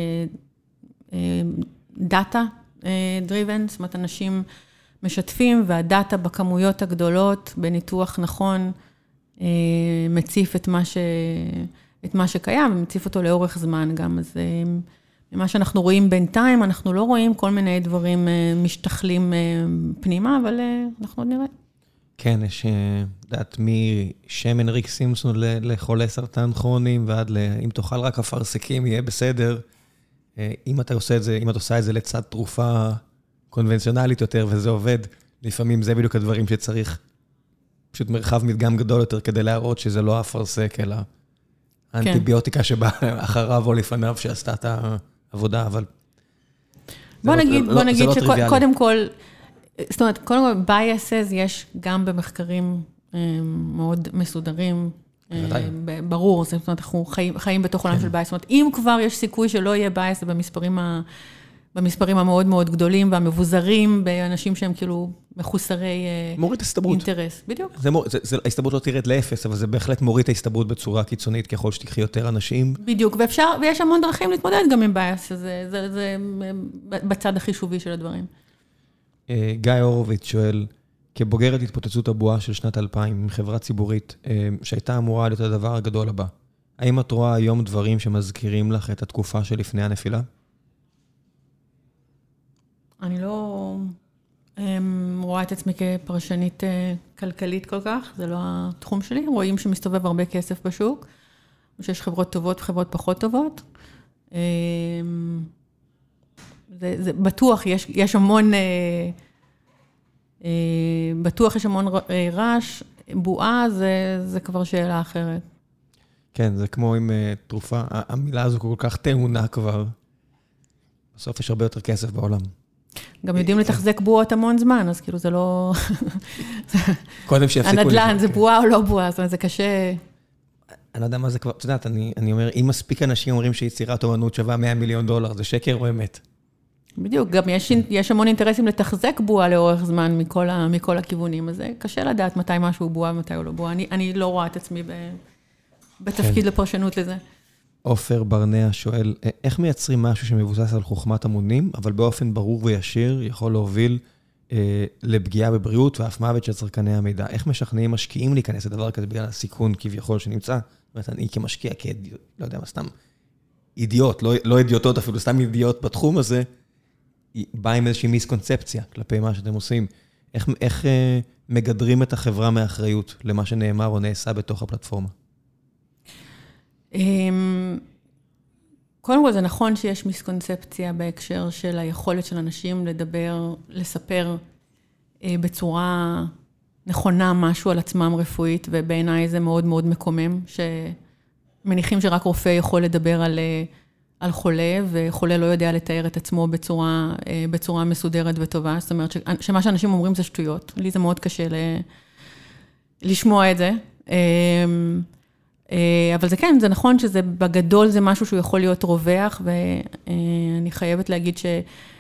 דאטה דריבן, זאת אומרת, אנשים משתפים, והדאטה בכמויות הגדולות, בניתוח נכון, מציף את מה ש... את מה שקיים, ומציף אותו לאורך זמן גם, אז... ממה שאנחנו רואים בינתיים, אנחנו לא רואים כל מיני דברים משתכלים פנימה, אבל אנחנו עוד נראה. כן, יש, דעת, משמן ריק סימפסון לחולי סרטן כרוניים, ועד אם תאכל רק אפרסקים, יהיה בסדר. אם אתה עושה את זה, אם אתה עושה את זה לצד תרופה קונבנציונלית יותר, וזה עובד, לפעמים זה בדיוק הדברים שצריך, פשוט מרחב מדגם גדול יותר, כדי להראות שזה לא אפרסק, אלא האנטיביוטיקה שבא אחריו או לפניו, שעשתה את ה... עבודה, אבל... בוא נגיד, בוא נגיד שקודם כל, זאת אומרת, קודם כל, biases יש גם במחקרים מאוד מסודרים, ברור, זאת אומרת, אנחנו חיים בתוך עולם של bias, זאת אומרת, אם כבר יש סיכוי שלא יהיה bias במספרים ה... במספרים המאוד מאוד גדולים והמבוזרים, באנשים שהם כאילו מחוסרי מוריד הסתברות. אינטרס. בדיוק. זה, זה, זה, ההסתברות לא תרד לאפס, אבל זה בהחלט מוריד ההסתברות בצורה קיצונית, ככל שתקחי יותר אנשים. בדיוק, ואפשר, ויש המון דרכים להתמודד גם עם בייס, זה, זה, זה בצד החישובי של הדברים. גיא הורוביץ שואל, כבוגרת התפוצצות הבועה של שנת אלפיים, עם חברה ציבורית, שהייתה אמורה להיות הדבר הגדול הבא, האם את רואה היום דברים שמזכירים לך את התקופה שלפני הנפילה? אני לא רואה את עצמי כפרשנית כלכלית כל כך, זה לא התחום שלי. רואים שמסתובב הרבה כסף בשוק, שיש חברות טובות וחברות פחות טובות. זה, זה בטוח, יש, יש המון, בטוח יש המון רעש, בועה, זה, זה כבר שאלה אחרת. כן, זה כמו עם תרופה, המילה הזו כל כך טעונה כבר. בסוף יש הרבה יותר כסף בעולם. גם יודעים לתחזק בועות המון זמן, אז כאילו זה לא... קודם שיפסיקו... הנדל"ן, זה בועה או לא בועה, זאת אומרת, זה קשה... אני לא יודע מה זה כבר, את יודעת, אני, אני אומר, אם מספיק אנשים אומרים שיצירת אומנות שווה מאה מיליון דולר, זה שקר או אמת? בדיוק, גם יש, יש המון אינטרסים לתחזק בועה לאורך זמן מכל, ה, מכל הכיוונים, אז זה קשה לדעת מתי משהו בועה ומתי הוא לא בועה. אני, אני לא רואה את עצמי ב, בתפקיד כן. לפרשנות לזה. עופר ברנע שואל, איך מייצרים משהו שמבוסס על חוכמת המונים, אבל באופן ברור וישיר יכול להוביל אה, לפגיעה בבריאות ואף מוות של צרכני המידע? איך משכנעים משקיעים להיכנס לדבר כזה בגלל הסיכון כביכול שנמצא? זאת אומרת, אני כמשקיע, כאידיוט, לא יודע מה, סתם אידיוט, לא, לא אידיוטות, אפילו סתם אידיוט בתחום הזה, בא עם איזושהי מיסקונספציה כלפי מה שאתם עושים. איך, איך אה, מגדרים את החברה מאחריות למה שנאמר או נעשה בתוך הפלטפורמה? קודם כל זה נכון שיש מיסקונספציה בהקשר של היכולת של אנשים לדבר, לספר בצורה נכונה משהו על עצמם רפואית, ובעיניי זה מאוד מאוד מקומם, שמניחים שרק רופא יכול לדבר על, על חולה, וחולה לא יודע לתאר את עצמו בצורה, בצורה מסודרת וטובה. זאת אומרת שמה שאנשים אומרים זה שטויות. לי זה מאוד קשה ל, לשמוע את זה. אבל זה כן, זה נכון שזה בגדול זה משהו שהוא יכול להיות רווח, ואני חייבת להגיד ש...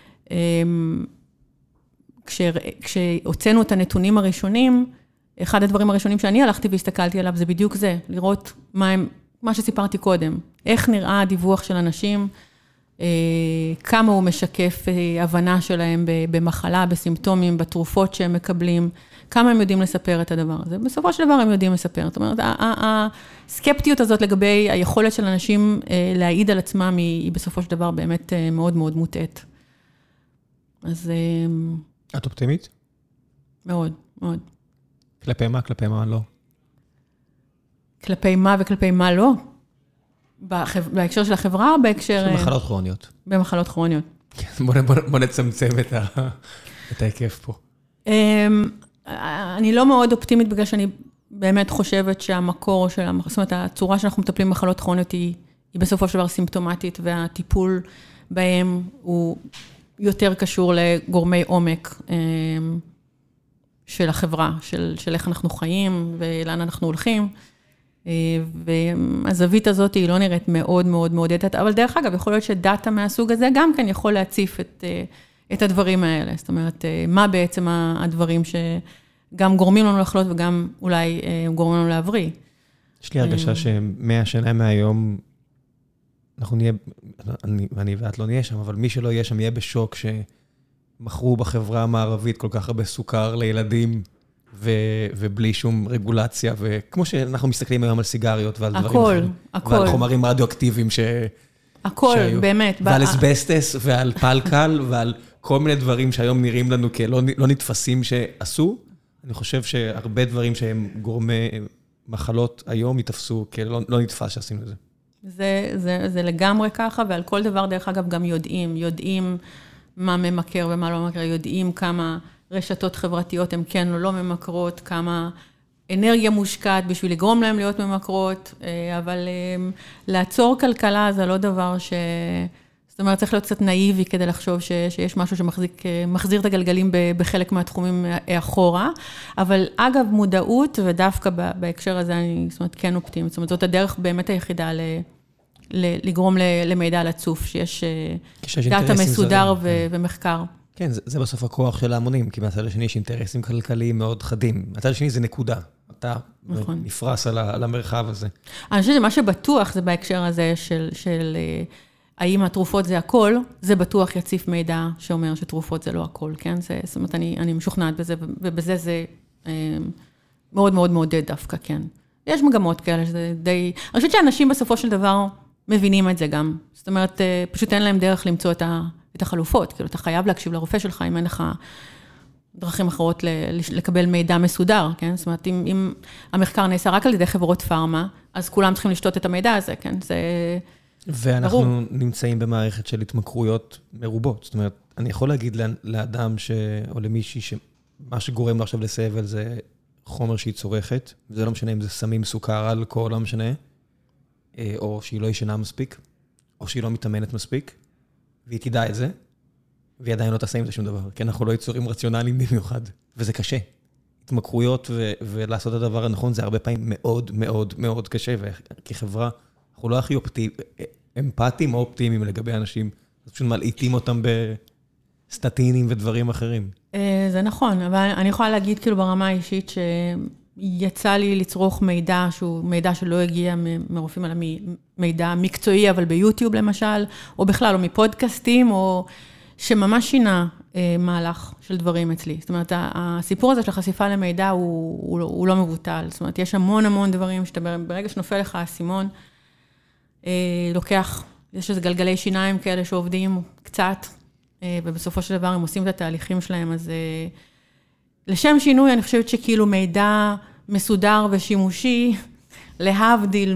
כשהוצאנו את הנתונים הראשונים, אחד הדברים הראשונים שאני הלכתי והסתכלתי עליו, זה בדיוק זה, לראות מה, הם, מה שסיפרתי קודם, איך נראה הדיווח של אנשים, כמה הוא משקף הבנה שלהם במחלה, בסימפטומים, בתרופות שהם מקבלים, כמה הם יודעים לספר את הדבר הזה. בסופו של דבר הם יודעים לספר. זאת אומרת, הסקפטיות הזאת לגבי היכולת של אנשים להעיד על עצמם, היא בסופו של דבר באמת מאוד מאוד מוטעת. אז... את אופטימית? מאוד, מאוד. כלפי מה? כלפי מה לא? כלפי מה וכלפי מה לא? בהקשר של החברה או בהקשר... במחלות כרוניות. במחלות כרוניות. בוא נצמצם את ההיקף פה. אני לא מאוד אופטימית בגלל שאני באמת חושבת שהמקור של... זאת אומרת, הצורה שאנחנו מטפלים במחלות כרוניות היא בסופו של דבר סימפטומטית, והטיפול בהם הוא יותר קשור לגורמי עומק של החברה, של איך אנחנו חיים ולאן אנחנו הולכים. והזווית הזאת היא לא נראית מאוד מאוד מעודדת, אבל דרך אגב, יכול להיות שדאטה מהסוג הזה גם כן יכול להציף את, את הדברים האלה. זאת אומרת, מה בעצם הדברים שגם גורמים לנו לחלות וגם אולי גורמים לנו להבריא. יש לי הרגשה שמאה שנה מהיום, אנחנו נהיה, אני, ואני ואת לא נהיה שם, אבל מי שלא יהיה שם יהיה בשוק שמכרו בחברה המערבית כל כך הרבה סוכר לילדים, ו, ובלי שום רגולציה, וכמו שאנחנו מסתכלים היום על סיגריות ועל הכל, דברים אחרים. הכל. ועל חומרים רדיואקטיביים ש... הכל, שהיו. באמת. ועל אסבסטס, ועל פלקל, ועל כל מיני דברים שהיום נראים לנו כלא לא נתפסים שעשו. אני חושב שהרבה דברים שהם גורמי מחלות היום יתפסו כלא לא נתפס שעשינו את זה. זה, זה, זה לגמרי ככה, ועל כל דבר דרך אגב גם יודעים, יודעים מה ממכר ומה לא ממכר, יודעים כמה רשתות חברתיות הן כן או לא ממכרות, כמה אנרגיה מושקעת בשביל לגרום להם להיות ממכרות, אבל לעצור כלכלה זה לא דבר ש... זאת אומרת, צריך להיות קצת נאיבי כדי לחשוב ש, שיש משהו שמחזיר את הגלגלים בחלק מהתחומים אחורה, אבל אגב מודעות, ודווקא בהקשר הזה אני, זאת אומרת, כן אופטימית, זאת אומרת, זאת הדרך באמת היחידה ל, ל, לגרום למידע לצוף, שיש דאטה מסודר ו, ומחקר. כן, זה, זה בסוף הכוח של ההמונים, כי מהצד השני יש אינטרסים כלכליים מאוד חדים. מהצד השני זה נקודה. אתה נכון. נפרס על, על המרחב הזה. אני חושבת שמה שבטוח זה בהקשר הזה של... של האם התרופות זה הכל, זה בטוח יציף מידע שאומר שתרופות זה לא הכל, כן? זה, זאת אומרת, אני, אני משוכנעת בזה, ובזה זה אה, מאוד מאוד מעודד דווקא, כן. יש מגמות כאלה שזה די... אני חושבת שאנשים בסופו של דבר מבינים את זה גם. זאת אומרת, פשוט אין להם דרך למצוא את, ה, את החלופות. כאילו, אתה חייב להקשיב לרופא שלך, אם אין לך דרכים אחרות לקבל מידע מסודר, כן? זאת אומרת, אם, אם המחקר נעשה רק על ידי חברות פארמה, אז כולם צריכים לשתות את המידע הזה, כן? זה... ואנחנו ברור. נמצאים במערכת של התמכרויות מרובות. זאת אומרת, אני יכול להגיד לאדם ש... או למישהי שמה שגורם לו עכשיו לסבל זה חומר שהיא צורכת, וזה לא משנה אם זה סמים, סוכר, אלכוהול, לא משנה, או שהיא לא ישנה מספיק, או שהיא לא מתאמנת מספיק, והיא תדע את זה, והיא עדיין לא תעשה עם זה שום דבר, כי אנחנו לא יצורים רציונליים במיוחד, וזה קשה. התמכרויות ו- ולעשות את הדבר הנכון, זה הרבה פעמים מאוד מאוד מאוד קשה, וכחברה, אנחנו לא הכי אופטים, אמפתיים או אופטימיים לגבי אנשים, אז פשוט מלעיטים אותם בסטטינים ודברים אחרים. זה נכון, אבל אני יכולה להגיד כאילו ברמה האישית שיצא לי לצרוך מידע שהוא מידע שלא הגיע מרופאים, אלא מידע מקצועי, אבל ביוטיוב למשל, או בכלל, או מפודקאסטים, או שממש שינה מהלך של דברים אצלי. זאת אומרת, הסיפור הזה של החשיפה למידע הוא, הוא, הוא לא מבוטל. זאת אומרת, יש המון המון דברים שאתה ברגע שנופל לך הסימון, לוקח, יש איזה גלגלי שיניים כאלה שעובדים קצת, ובסופו של דבר הם עושים את התהליכים שלהם, אז לשם שינוי אני חושבת שכאילו מידע מסודר ושימושי, להבדיל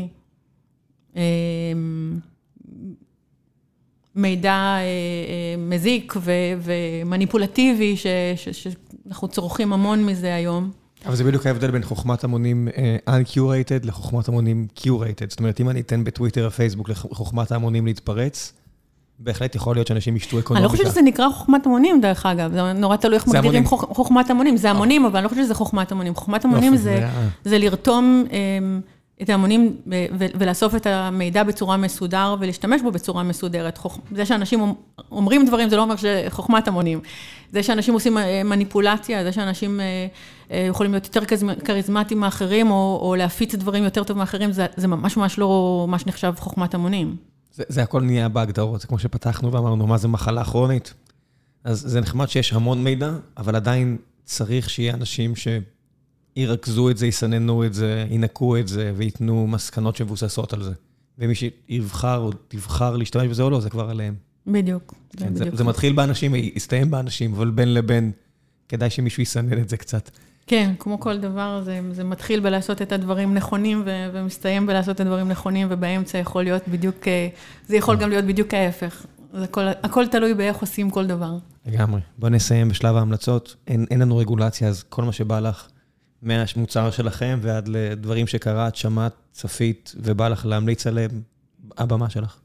ממידע מזיק ומניפולטיבי, שאנחנו צורכים המון מזה היום. אבל זה בדיוק ההבדל בין חוכמת המונים uncurated לחוכמת המונים curated. זאת אומרת, אם אני אתן בטוויטר ופייסבוק לחוכמת המונים להתפרץ, בהחלט יכול להיות שאנשים ישתו אקונומיקה. אני לא חושבת שזה נקרא חוכמת המונים, דרך אגב. זה נורא תלוי איך מגדירים חוכמת המונים. זה המונים, אבל אני לא חושבת שזה חוכמת המונים. חוכמת המונים זה לרתום את ההמונים ולאסוף את המידע בצורה מסודר ולהשתמש בו בצורה מסודרת. זה שאנשים אומרים דברים, זה לא אומר שזה חוכמת המונים. זה שאנשים עושים מניפולציה, זה שאנשים יכולים להיות יותר כריזמטיים מאחרים, או להפיץ דברים יותר טוב מאחרים, זה ממש ממש לא מה שנחשב חוכמת המונים. זה, זה הכל נהיה בהגדרות, זה כמו שפתחנו ואמרנו, מה זה מחלה כרונית? אז זה נחמד שיש המון מידע, אבל עדיין צריך שיהיה אנשים שירכזו את זה, יסננו את זה, ינקו את זה, ויתנו מסקנות שמבוססות על זה. ומי שיבחר או תבחר להשתמש בזה או לא, זה כבר עליהם. בדיוק. כן, זה, בדיוק. זה מתחיל באנשים, יסתיים באנשים, אבל בין לבין, כדאי שמישהו יסנן את זה קצת. כן, כמו כל דבר, זה, זה מתחיל בלעשות את הדברים נכונים, ו- ומסתיים בלעשות את הדברים נכונים, ובאמצע יכול להיות בדיוק, זה יכול גם להיות בדיוק ההפך. זה הכל, הכל תלוי באיך עושים כל דבר. לגמרי. בוא נסיים בשלב ההמלצות. אין, אין לנו רגולציה, אז כל מה שבא לך, מהמוצר שלכם ועד לדברים שקראת, שמעת, צפית, ובא לך להמליץ עליהם, הבמה שלך.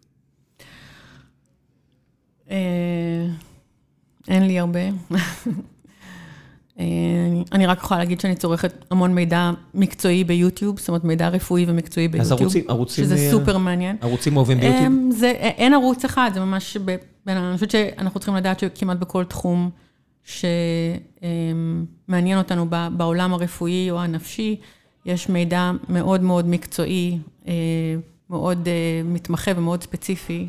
אין לי הרבה. אני רק יכולה להגיד שאני צורכת המון מידע מקצועי ביוטיוב, זאת אומרת מידע רפואי ומקצועי ביוטיוב. אז ערוצים, ערוצים... שזה סופר מעניין. ערוצים אוהבים ביוטיוב? זה, אין ערוץ אחד, זה ממש... אני חושבת שאנחנו צריכים לדעת שכמעט בכל תחום שמעניין אותנו בעולם הרפואי או הנפשי, יש מידע מאוד מאוד מקצועי, מאוד מתמחה ומאוד ספציפי,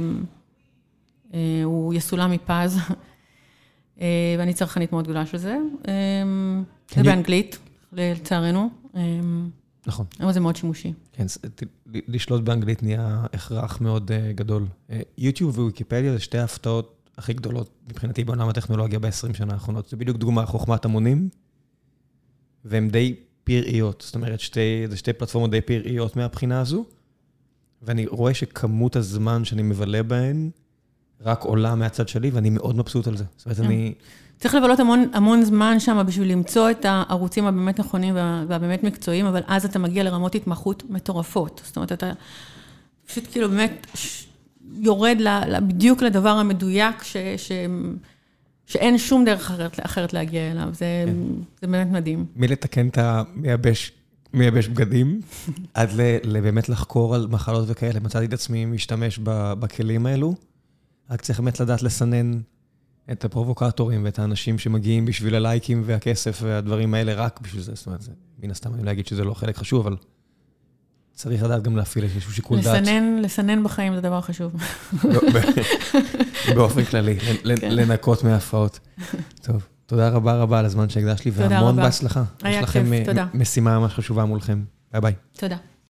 שהוא יסולם מפז, ואני צרכנית מאוד גדולה של זה. זה באנגלית, לצערנו. נכון. אבל זה מאוד שימושי. כן, לשלוט באנגלית נהיה הכרח מאוד גדול. יוטיוב וויקיפדיה זה שתי ההפתעות הכי גדולות מבחינתי בעולם הטכנולוגיה ב-עשרים שנה האחרונות. זה בדיוק דוגמה, חוכמת המונים, והן די פראיות. זאת אומרת, שתי, זה שתי פלטפורמות די פראיות מהבחינה הזו, ואני רואה שכמות הזמן שאני מבלה בהן, רק עולה מהצד שלי, ואני מאוד מבסוט על זה. זאת אומרת, אני... צריך לבלות המון, המון זמן שם בשביל למצוא את הערוצים הבאמת נכונים והבאמת מקצועיים, אבל אז אתה מגיע לרמות התמחות מטורפות. זאת אומרת, אתה פשוט כאילו באמת יורד בדיוק לדבר המדויק, ש, ש, שאין שום דרך אחרת, אחרת להגיע אליו. זה, כן. זה באמת מדהים. מי לתקן את המייבש, מייבש בגדים, עד באמת לחקור על מחלות וכאלה. מצאתי את עצמי משתמש בכלים האלו, רק צריך באמת לדעת לסנן את הפרובוקטורים ואת האנשים שמגיעים בשביל הלייקים והכסף והדברים האלה רק בשביל זה. זאת אומרת, מן הסתם אני להגיד שזה לא חלק חשוב, אבל צריך לדעת גם להפעיל איזשהו שיקול דעת. לסנן, לסנן בחיים זה דבר חשוב. באופן כללי, לנקות מההפרעות. טוב, תודה רבה רבה על הזמן שהקדשת לי, והמון בהצלחה. היה כיף, תודה. יש לכם משימה ממש חשובה מולכם. ביי ביי. תודה.